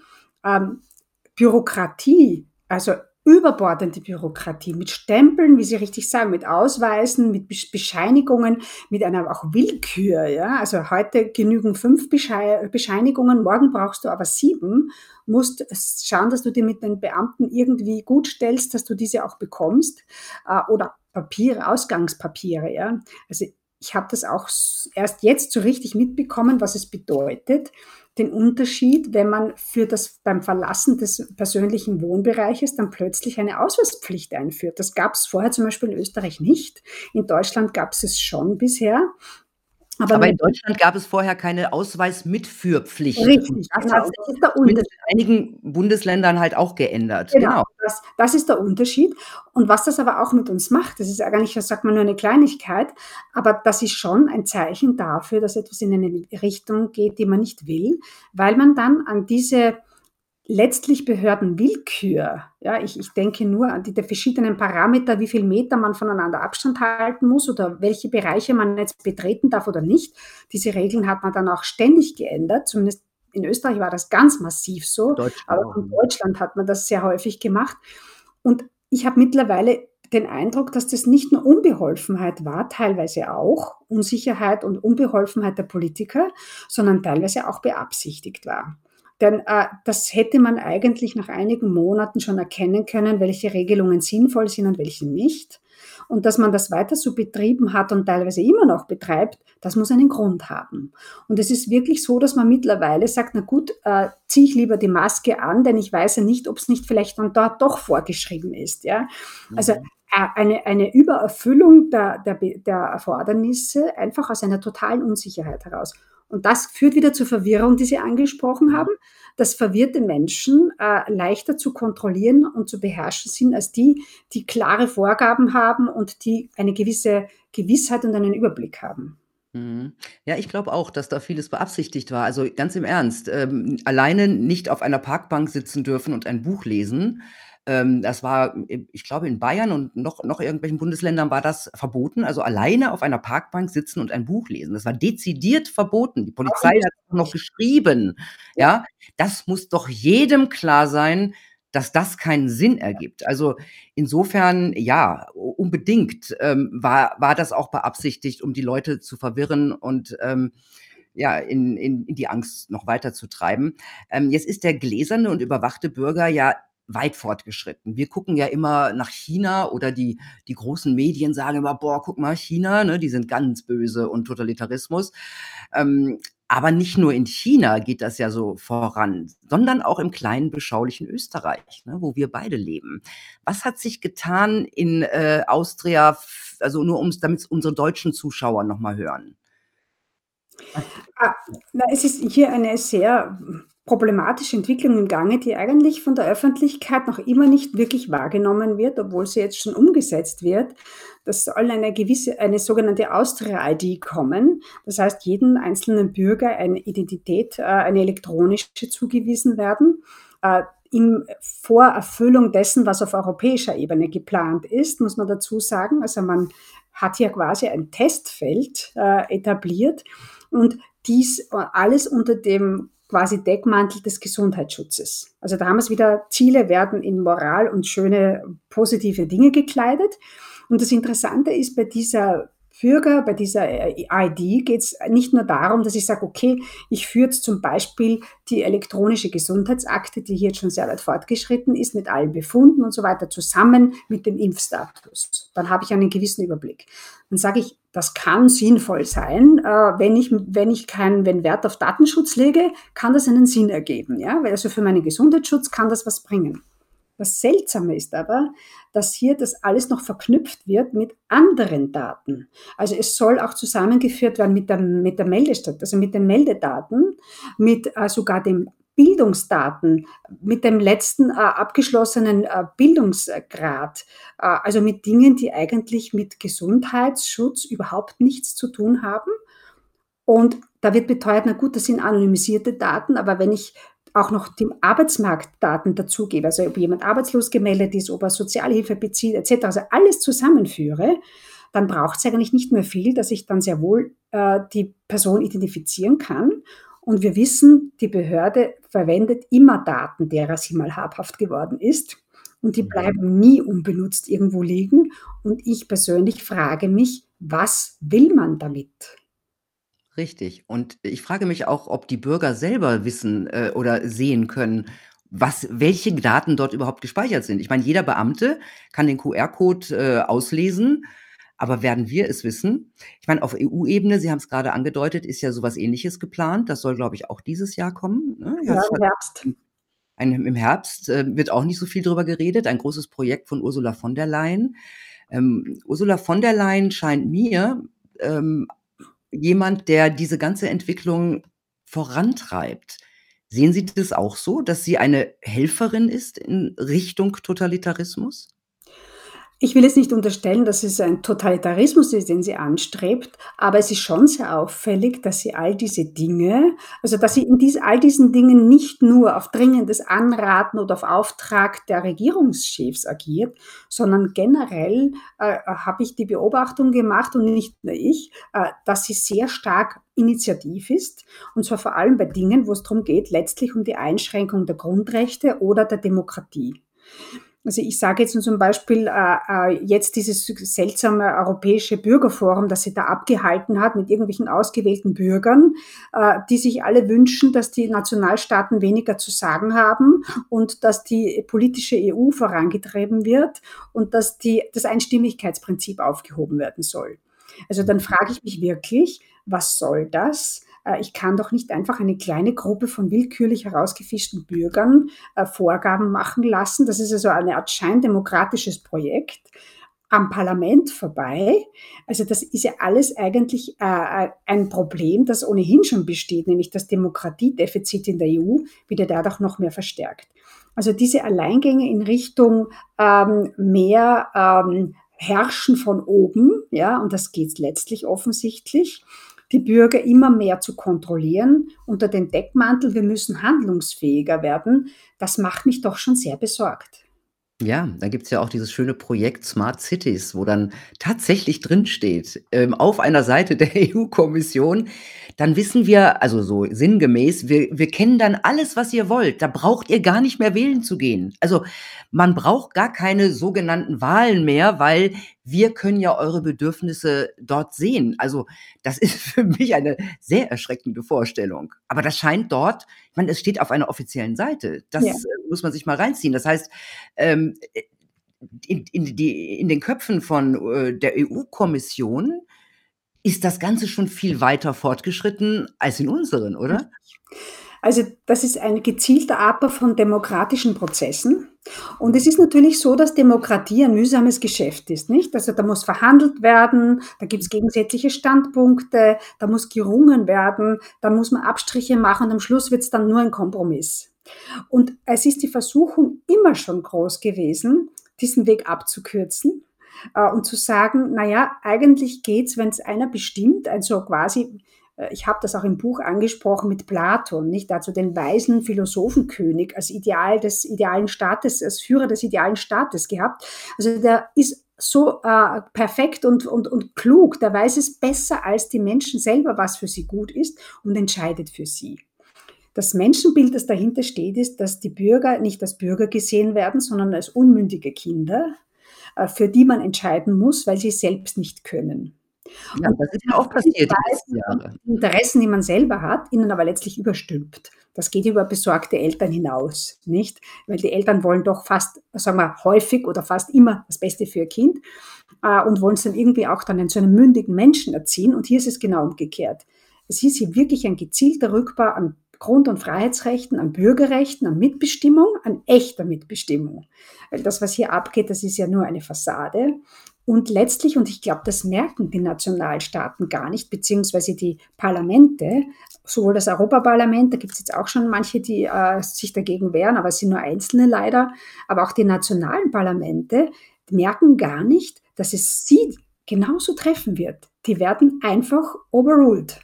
Bürokratie, also überbordende Bürokratie mit Stempeln, wie Sie richtig sagen, mit Ausweisen, mit Bescheinigungen, mit einer auch Willkür. Ja? Also heute genügen 5 Bescheinigungen, morgen brauchst du aber 7, musst schauen, dass du dir mit den Beamten irgendwie gut stellst, dass du diese auch bekommst, oder Papiere, Ausgangspapiere. Ja? Also ich habe das auch erst jetzt so richtig mitbekommen, was es bedeutet, den Unterschied, wenn man beim Verlassen des persönlichen Wohnbereiches dann plötzlich eine Ausweispflicht einführt. Das gab es vorher zum Beispiel in Österreich nicht. In Deutschland gab es schon bisher. Aber Aber in Deutschland gab es vorher keine Ausweismitführpflicht. Und richtig, das hat genau, das sich ist der zumindest Unterschied. in einigen Bundesländern halt auch geändert. Genau, Genau. das ist der Unterschied. Und was das aber auch mit uns macht, das ist ja gar nicht, das sagt man, nur eine Kleinigkeit, aber das ist schon ein Zeichen dafür, dass etwas in eine Richtung geht, die man nicht will, weil man dann an diese letztlich Behördenwillkür, ja, ich denke nur an die verschiedenen Parameter, wie viel Meter man voneinander Abstand halten muss oder welche Bereiche man jetzt betreten darf oder nicht. Diese Regeln hat man dann auch ständig geändert, zumindest in Österreich war das ganz massiv so, Deutschland aber auch. in Deutschland hat man das sehr häufig gemacht. Und ich habe mittlerweile den Eindruck, dass das nicht nur Unbeholfenheit war, teilweise auch Unsicherheit und Unbeholfenheit der Politiker, sondern teilweise auch beabsichtigt war. Denn das hätte man eigentlich nach einigen Monaten schon erkennen können, welche Regelungen sinnvoll sind und welche nicht. Und dass man das weiter so betrieben hat und teilweise immer noch betreibt, das muss einen Grund haben. Und es ist wirklich so, dass man mittlerweile sagt, na gut, ziehe ich lieber die Maske an, denn ich weiß ja nicht, ob es nicht vielleicht dann dort doch vorgeschrieben ist. Ja? Also Mhm. eine Übererfüllung der Erfordernisse einfach aus einer totalen Unsicherheit heraus. Und das führt wieder zur Verwirrung, die Sie angesprochen Mhm. haben, dass verwirrte Menschen leichter zu kontrollieren und zu beherrschen sind als die, die klare Vorgaben haben und die eine gewisse Gewissheit und einen Überblick haben. Mhm. Ja, ich glaube auch, dass da vieles beabsichtigt war. Also, ganz im Ernst, alleine nicht auf einer Parkbank sitzen dürfen und ein Buch lesen. Das war, ich glaube, in Bayern und noch irgendwelchen Bundesländern war das verboten. Also, alleine auf einer Parkbank sitzen und ein Buch lesen. Das war dezidiert verboten. Die Auch in Polizei hat noch Österreich. geschrieben, Ja. ja? Das muss doch jedem klar sein, dass das keinen Sinn ergibt. Also, insofern, ja, unbedingt, war das auch beabsichtigt, um die Leute zu verwirren und, ja, in die Angst noch weiter zu treiben. Jetzt ist der gläserne und überwachte Bürger ja weit fortgeschritten. Wir gucken ja immer nach China oder die großen Medien sagen immer: „Boah, guck mal, China, ne, die sind ganz böse und Totalitarismus.“ Ähm, Aber nicht nur in China geht das ja so voran, sondern auch im kleinen, beschaulichen Österreich, ne, wo wir beide leben. Was hat sich getan in Austria, also nur damit unsere deutschen Zuschauer nochmal hören? Ah, na, es ist hier eine sehr problematische Entwicklung im Gange, die eigentlich von der Öffentlichkeit noch immer nicht wirklich wahrgenommen wird, obwohl sie jetzt schon umgesetzt wird. Das soll eine sogenannte Austria-ID kommen. Das heißt, jedem einzelnen Bürger eine Identität, eine elektronische zugewiesen werden. In Vorerfüllung dessen, was auf europäischer Ebene geplant ist, muss man dazu sagen. Also man hat hier quasi ein Testfeld etabliert und dies alles unter dem quasi Deckmantel des Gesundheitsschutzes. Also da haben wir es wieder, Ziele werden in Moral und schöne positive Dinge gekleidet. Und das Interessante ist bei dieser bei dieser ID geht es nicht nur darum, dass ich sage, okay, ich führe jetzt zum Beispiel die elektronische Gesundheitsakte, die hier jetzt schon sehr weit fortgeschritten ist, mit allen Befunden und so weiter, zusammen mit dem Impfstatus. Dann habe ich einen gewissen Überblick. Dann sage ich, das kann sinnvoll sein. Wenn Wert auf Datenschutz lege, kann das einen Sinn ergeben. Ja? Also für meinen Gesundheitsschutz kann das was bringen. Das Seltsame ist aber, dass hier das alles noch verknüpft wird mit anderen Daten. Also es soll auch zusammengeführt werden mit der Meldestadt, also mit den Meldedaten, mit sogar den Bildungsdaten, mit dem letzten abgeschlossenen Bildungsgrad, also mit Dingen, die eigentlich mit Gesundheitsschutz überhaupt nichts zu tun haben. Und da wird beteuert, na gut, das sind anonymisierte Daten, aber wenn ich auch noch die Arbeitsmarktdaten dazugebe, also ob jemand arbeitslos gemeldet ist, ob er Sozialhilfe bezieht etc., also alles zusammenführe, dann braucht es eigentlich nicht mehr viel, dass ich dann sehr wohl die Person identifizieren kann. Und wir wissen, die Behörde verwendet immer Daten, derer sie mal habhaft geworden ist. Und die bleiben nie unbenutzt irgendwo liegen. Und ich persönlich frage mich, was will man damit? Richtig. Und ich frage mich auch, ob die Bürger selber wissen oder sehen können, welche Daten dort überhaupt gespeichert sind. Ich meine, jeder Beamte kann den QR-Code auslesen, aber werden wir es wissen? Ich meine, auf EU-Ebene, Sie haben es gerade angedeutet, ist ja sowas Ähnliches geplant. Das soll, glaube ich, auch dieses Jahr kommen. Ne? Ja, Ja, im Herbst. Im Herbst wird auch nicht so viel drüber geredet. Ein großes Projekt von Ursula von der Leyen. Ursula von der Leyen scheint mir jemand, der diese ganze Entwicklung vorantreibt. Sehen Sie das auch so, dass sie eine Helferin ist in Richtung Totalitarismus? Ich will jetzt nicht unterstellen, dass es ein Totalitarismus ist, den sie anstrebt, aber es ist schon sehr auffällig, dass sie all diese Dinge, also dass sie all diesen Dingen nicht nur auf dringendes Anraten oder auf Auftrag der Regierungschefs agiert, sondern generell habe ich die Beobachtung gemacht und nicht nur ich, dass sie sehr stark initiativ ist, und zwar vor allem bei Dingen, wo es darum geht, letztlich um die Einschränkung der Grundrechte oder der Demokratie. Also ich sage jetzt zum Beispiel jetzt dieses seltsame europäische Bürgerforum, das sie da abgehalten hat mit irgendwelchen ausgewählten Bürgern, die sich alle wünschen, dass die Nationalstaaten weniger zu sagen haben und dass die politische EU vorangetrieben wird und dass das Einstimmigkeitsprinzip aufgehoben werden soll. Also dann frage ich mich wirklich, was soll das? Ich kann doch nicht einfach eine kleine Gruppe von willkürlich herausgefischten Bürgern Vorgaben machen lassen. Das ist also eine Art scheindemokratisches Projekt am Parlament vorbei. Also das ist ja alles eigentlich ein Problem, das ohnehin schon besteht, nämlich das Demokratiedefizit in der EU, wird ja dadurch noch mehr verstärkt. Also diese Alleingänge in Richtung mehr Herrschen von oben, ja, und das geht letztlich offensichtlich, die Bürger immer mehr zu kontrollieren unter dem Deckmantel, wir müssen handlungsfähiger werden, das macht mich doch schon sehr besorgt. Ja, da gibt's ja auch dieses schöne Projekt Smart Cities, wo dann tatsächlich drinsteht, auf einer Seite der EU-Kommission, dann wissen wir, also so sinngemäß, wir kennen dann alles, was ihr wollt. Da braucht ihr gar nicht mehr wählen zu gehen. Also, man braucht gar keine sogenannten Wahlen mehr, weil wir können ja eure Bedürfnisse dort sehen. Also, das ist für mich eine sehr erschreckende Vorstellung. Aber das scheint dort, ich meine, es steht auf einer offiziellen Seite. Ja. Das muss man sich mal reinziehen. Das heißt, ähm, in den Köpfen von der EU-Kommission ist das Ganze schon viel weiter fortgeschritten als in unseren, oder? Also, das ist ein gezielter Abbau von demokratischen Prozessen. Und es ist natürlich so, dass Demokratie ein mühsames Geschäft ist, nicht? Also, da muss verhandelt werden, da gibt's gegensätzliche Standpunkte, da muss gerungen werden, da muss man Abstriche machen und am Schluss wird's dann nur ein Kompromiss. Und es ist die Versuchung immer schon groß gewesen, diesen Weg abzukürzen, und zu sagen, na ja, eigentlich geht's, wenn's einer bestimmt, also quasi, ich habe das auch im Buch angesprochen mit Platon, nicht? Also den weisen Philosophenkönig als Ideal des idealen Staates, als Führer des idealen Staates gehabt. Also der ist so perfekt und klug, der weiß es besser als die Menschen selber, was für sie gut ist und entscheidet für sie. Das Menschenbild, das dahinter steht, ist, dass die Bürger nicht als Bürger gesehen werden, sondern als unmündige Kinder, für die man entscheiden muss, weil sie selbst nicht können. Ja, Und das ist ja auch passiert die letzten und Jahre. die Interessen, die man selber hat, ihnen aber letztlich überstülpt. Das geht über besorgte Eltern hinaus, nicht? Weil die Eltern wollen doch fast, sagen wir, häufig oder fast immer das Beste für ihr Kind, und wollen es dann irgendwie auch dann zu einem mündigen Menschen erziehen. Und hier ist es genau umgekehrt. Es ist hier wirklich ein gezielter Rückbau an Grund- und Freiheitsrechten, an Bürgerrechten, an Mitbestimmung, an echter Mitbestimmung. Weil das, was hier abgeht, das ist ja nur eine Fassade. Und letztlich, und ich glaube, das merken die Nationalstaaten gar nicht, beziehungsweise die Parlamente, sowohl das Europaparlament, da gibt es jetzt auch schon manche, die sich dagegen wehren, aber es sind nur Einzelne leider, aber auch die nationalen Parlamente merken gar nicht, dass es sie genauso treffen wird. Die werden einfach overruled.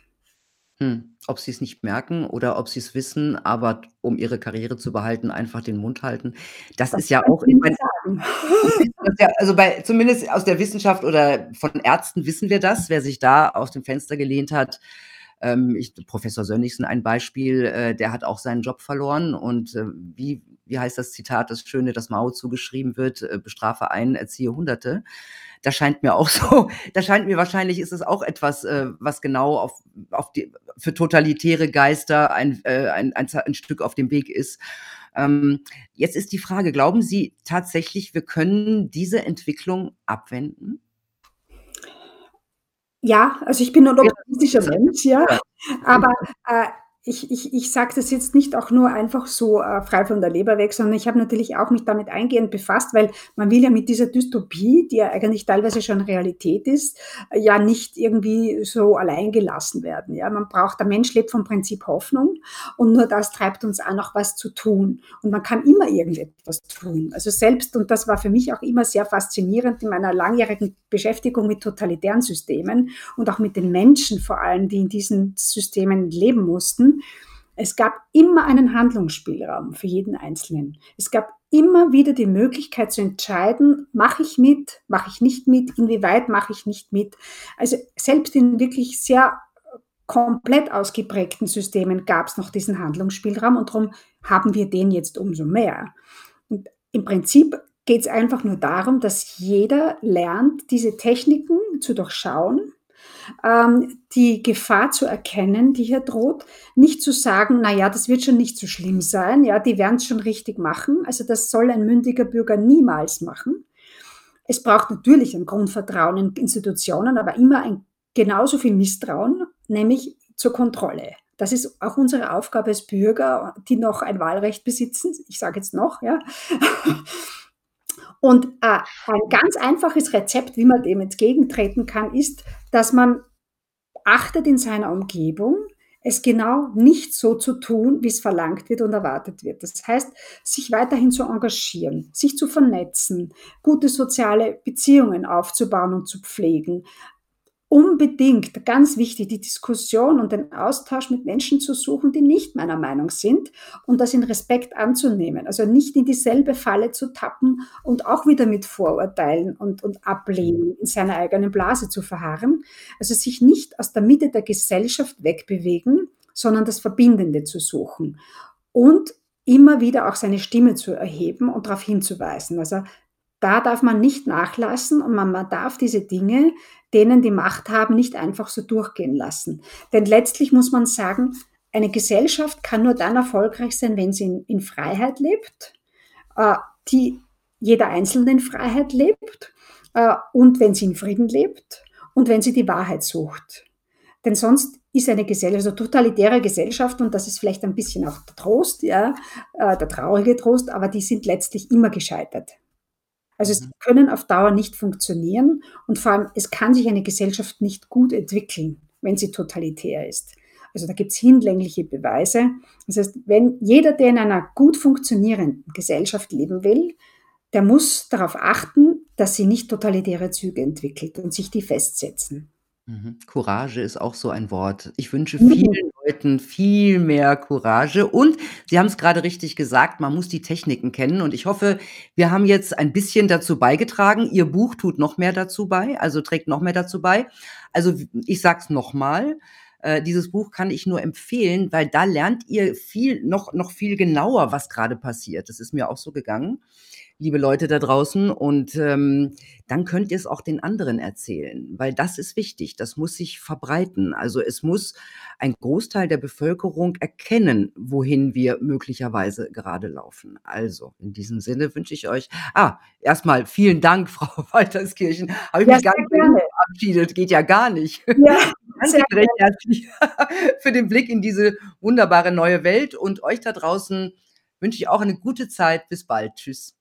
Ob sie's nicht merken oder ob sie's wissen, aber um ihre Karriere zu behalten, einfach den Mund halten. Das Das ist ja kann auch, ich ich nicht meine, sagen. wir wissen das ja, also bei zumindest aus der Wissenschaft oder von Ärzten wissen wir das, wer sich da aus dem Fenster gelehnt hat. Professor Sönnigsen ein Beispiel, der hat auch seinen Job verloren und, wie heißt das Zitat, das Schöne, das Mao zugeschrieben wird: „Bestrafe einen, erziehe Hunderte." Das scheint mir auch so, das scheint mir, wahrscheinlich ist es auch etwas, was genau auf die für totalitäre Geister ein Stück auf dem Weg ist. Jetzt ist die Frage, glauben Sie tatsächlich, wir können diese Entwicklung abwenden? Ja, also ich bin 'n Wäre das optimistischer interessant Mensch, ja, zu hören. aber, äh, ich sage das jetzt nicht auch nur einfach so, frei von der Leber weg, sondern ich habe natürlich auch mich damit eingehend befasst, weil man will ja mit dieser Dystopie, die ja eigentlich teilweise schon Realität ist, ja nicht irgendwie so allein gelassen werden, ja. Man braucht, der Mensch lebt vom Prinzip Hoffnung und nur das treibt uns an, auch was zu tun. Und man kann immer irgendetwas tun. Also selbst, und das war für mich auch immer sehr faszinierend in meiner langjährigen Beschäftigung mit totalitären Systemen und auch mit den Menschen vor allem, die in diesen Systemen leben mussten. Es gab immer einen Handlungsspielraum für jeden Einzelnen. Es gab immer wieder die Möglichkeit zu entscheiden, mache ich mit, mache ich nicht mit, inwieweit mache ich nicht mit. Also selbst in wirklich sehr komplett ausgeprägten Systemen gab es noch diesen Handlungsspielraum und darum haben wir den jetzt umso mehr. Und im Prinzip geht es einfach nur darum, dass jeder lernt, diese Techniken zu durchschauen, die Gefahr zu erkennen, die hier droht, nicht zu sagen, na ja, das wird schon nicht so schlimm sein, ja, die werden es schon richtig machen. Also das soll ein mündiger Bürger niemals machen. Es braucht natürlich ein Grundvertrauen in Institutionen, aber immer ein genauso viel Misstrauen, nämlich zur Kontrolle. Das ist auch unsere Aufgabe als Bürger, die noch ein Wahlrecht besitzen. Ich sage jetzt noch, ja. Und ein ganz einfaches Rezept, wie man dem entgegentreten kann, ist, dass man achtet in seiner Umgebung, es genau nicht so zu tun, wie es verlangt wird und erwartet wird. Das heißt, sich weiterhin zu engagieren, sich zu vernetzen, gute soziale Beziehungen aufzubauen und zu pflegen, unbedingt, ganz wichtig, die Diskussion und den Austausch mit Menschen zu suchen, die nicht meiner Meinung sind und das in Respekt anzunehmen. Also nicht in dieselbe Falle zu tappen und auch wieder mit Vorurteilen und Ablehnung in seiner eigenen Blase zu verharren. Also sich nicht aus der Mitte der Gesellschaft wegbewegen, sondern das Verbindende zu suchen. Und immer wieder auch seine Stimme zu erheben und darauf hinzuweisen. Also da darf man nicht nachlassen und man darf diese Dinge, denen die Macht haben, nicht einfach so durchgehen lassen. Denn letztlich muss man sagen, eine Gesellschaft kann nur dann erfolgreich sein, wenn sie in Freiheit lebt, äh, die jeder Einzelne in Freiheit lebt, und wenn sie in Frieden lebt und wenn sie die Wahrheit sucht. Denn sonst ist eine Gesellschaft, also totalitäre Gesellschaft, und das ist vielleicht ein bisschen auch der Trost, ja, der traurige Trost, aber die sind letztlich immer gescheitert. Also es Mhm. können auf Dauer nicht funktionieren und vor allem, es kann sich eine Gesellschaft nicht gut entwickeln, wenn sie totalitär ist. Also da gibt es hinlängliche Beweise. Das heißt, wenn jeder, der in einer gut funktionierenden Gesellschaft leben will, der muss darauf achten, dass sie nicht totalitäre Züge entwickelt und sich die festsetzen. Mhm. Courage ist auch so ein Wort. Ich wünsche Unbedingt. vielen Leuten viel mehr Courage und Sie haben es grade richtig gesagt, man muss die Techniken kennen und ich hoffe, wir haben jetzt ein bisschen dazu beigetragen. Ihr Buch tut noch mehr dazu bei, also trägt noch mehr dazu bei. Also, ich sage es noch mal, dieses Buch kann ich nur empfehlen, weil da lernt ihr viel noch viel genauer, was grade passiert. Das ist mir auch so gegangen, liebe Leute da draußen. Und dann könnt ihr es auch den anderen erzählen, weil das ist wichtig. Das muss sich verbreiten. Also es muss ein Großteil der Bevölkerung erkennen, wohin wir möglicherweise gerade laufen. Also in diesem Sinne wünsche ich euch erstmal vielen Dank, Frau Walterskirchen. Habe ich Ja, mich gar sehr nicht bei Ihnen gerne. verabschiedet, geht ja gar nicht. Ja, Ich sehr danke Ihnen recht gerne. herzlich für den Blick in diese wunderbare neue Welt und euch da draußen wünsche ich auch eine gute Zeit. Bis bald. Tschüss.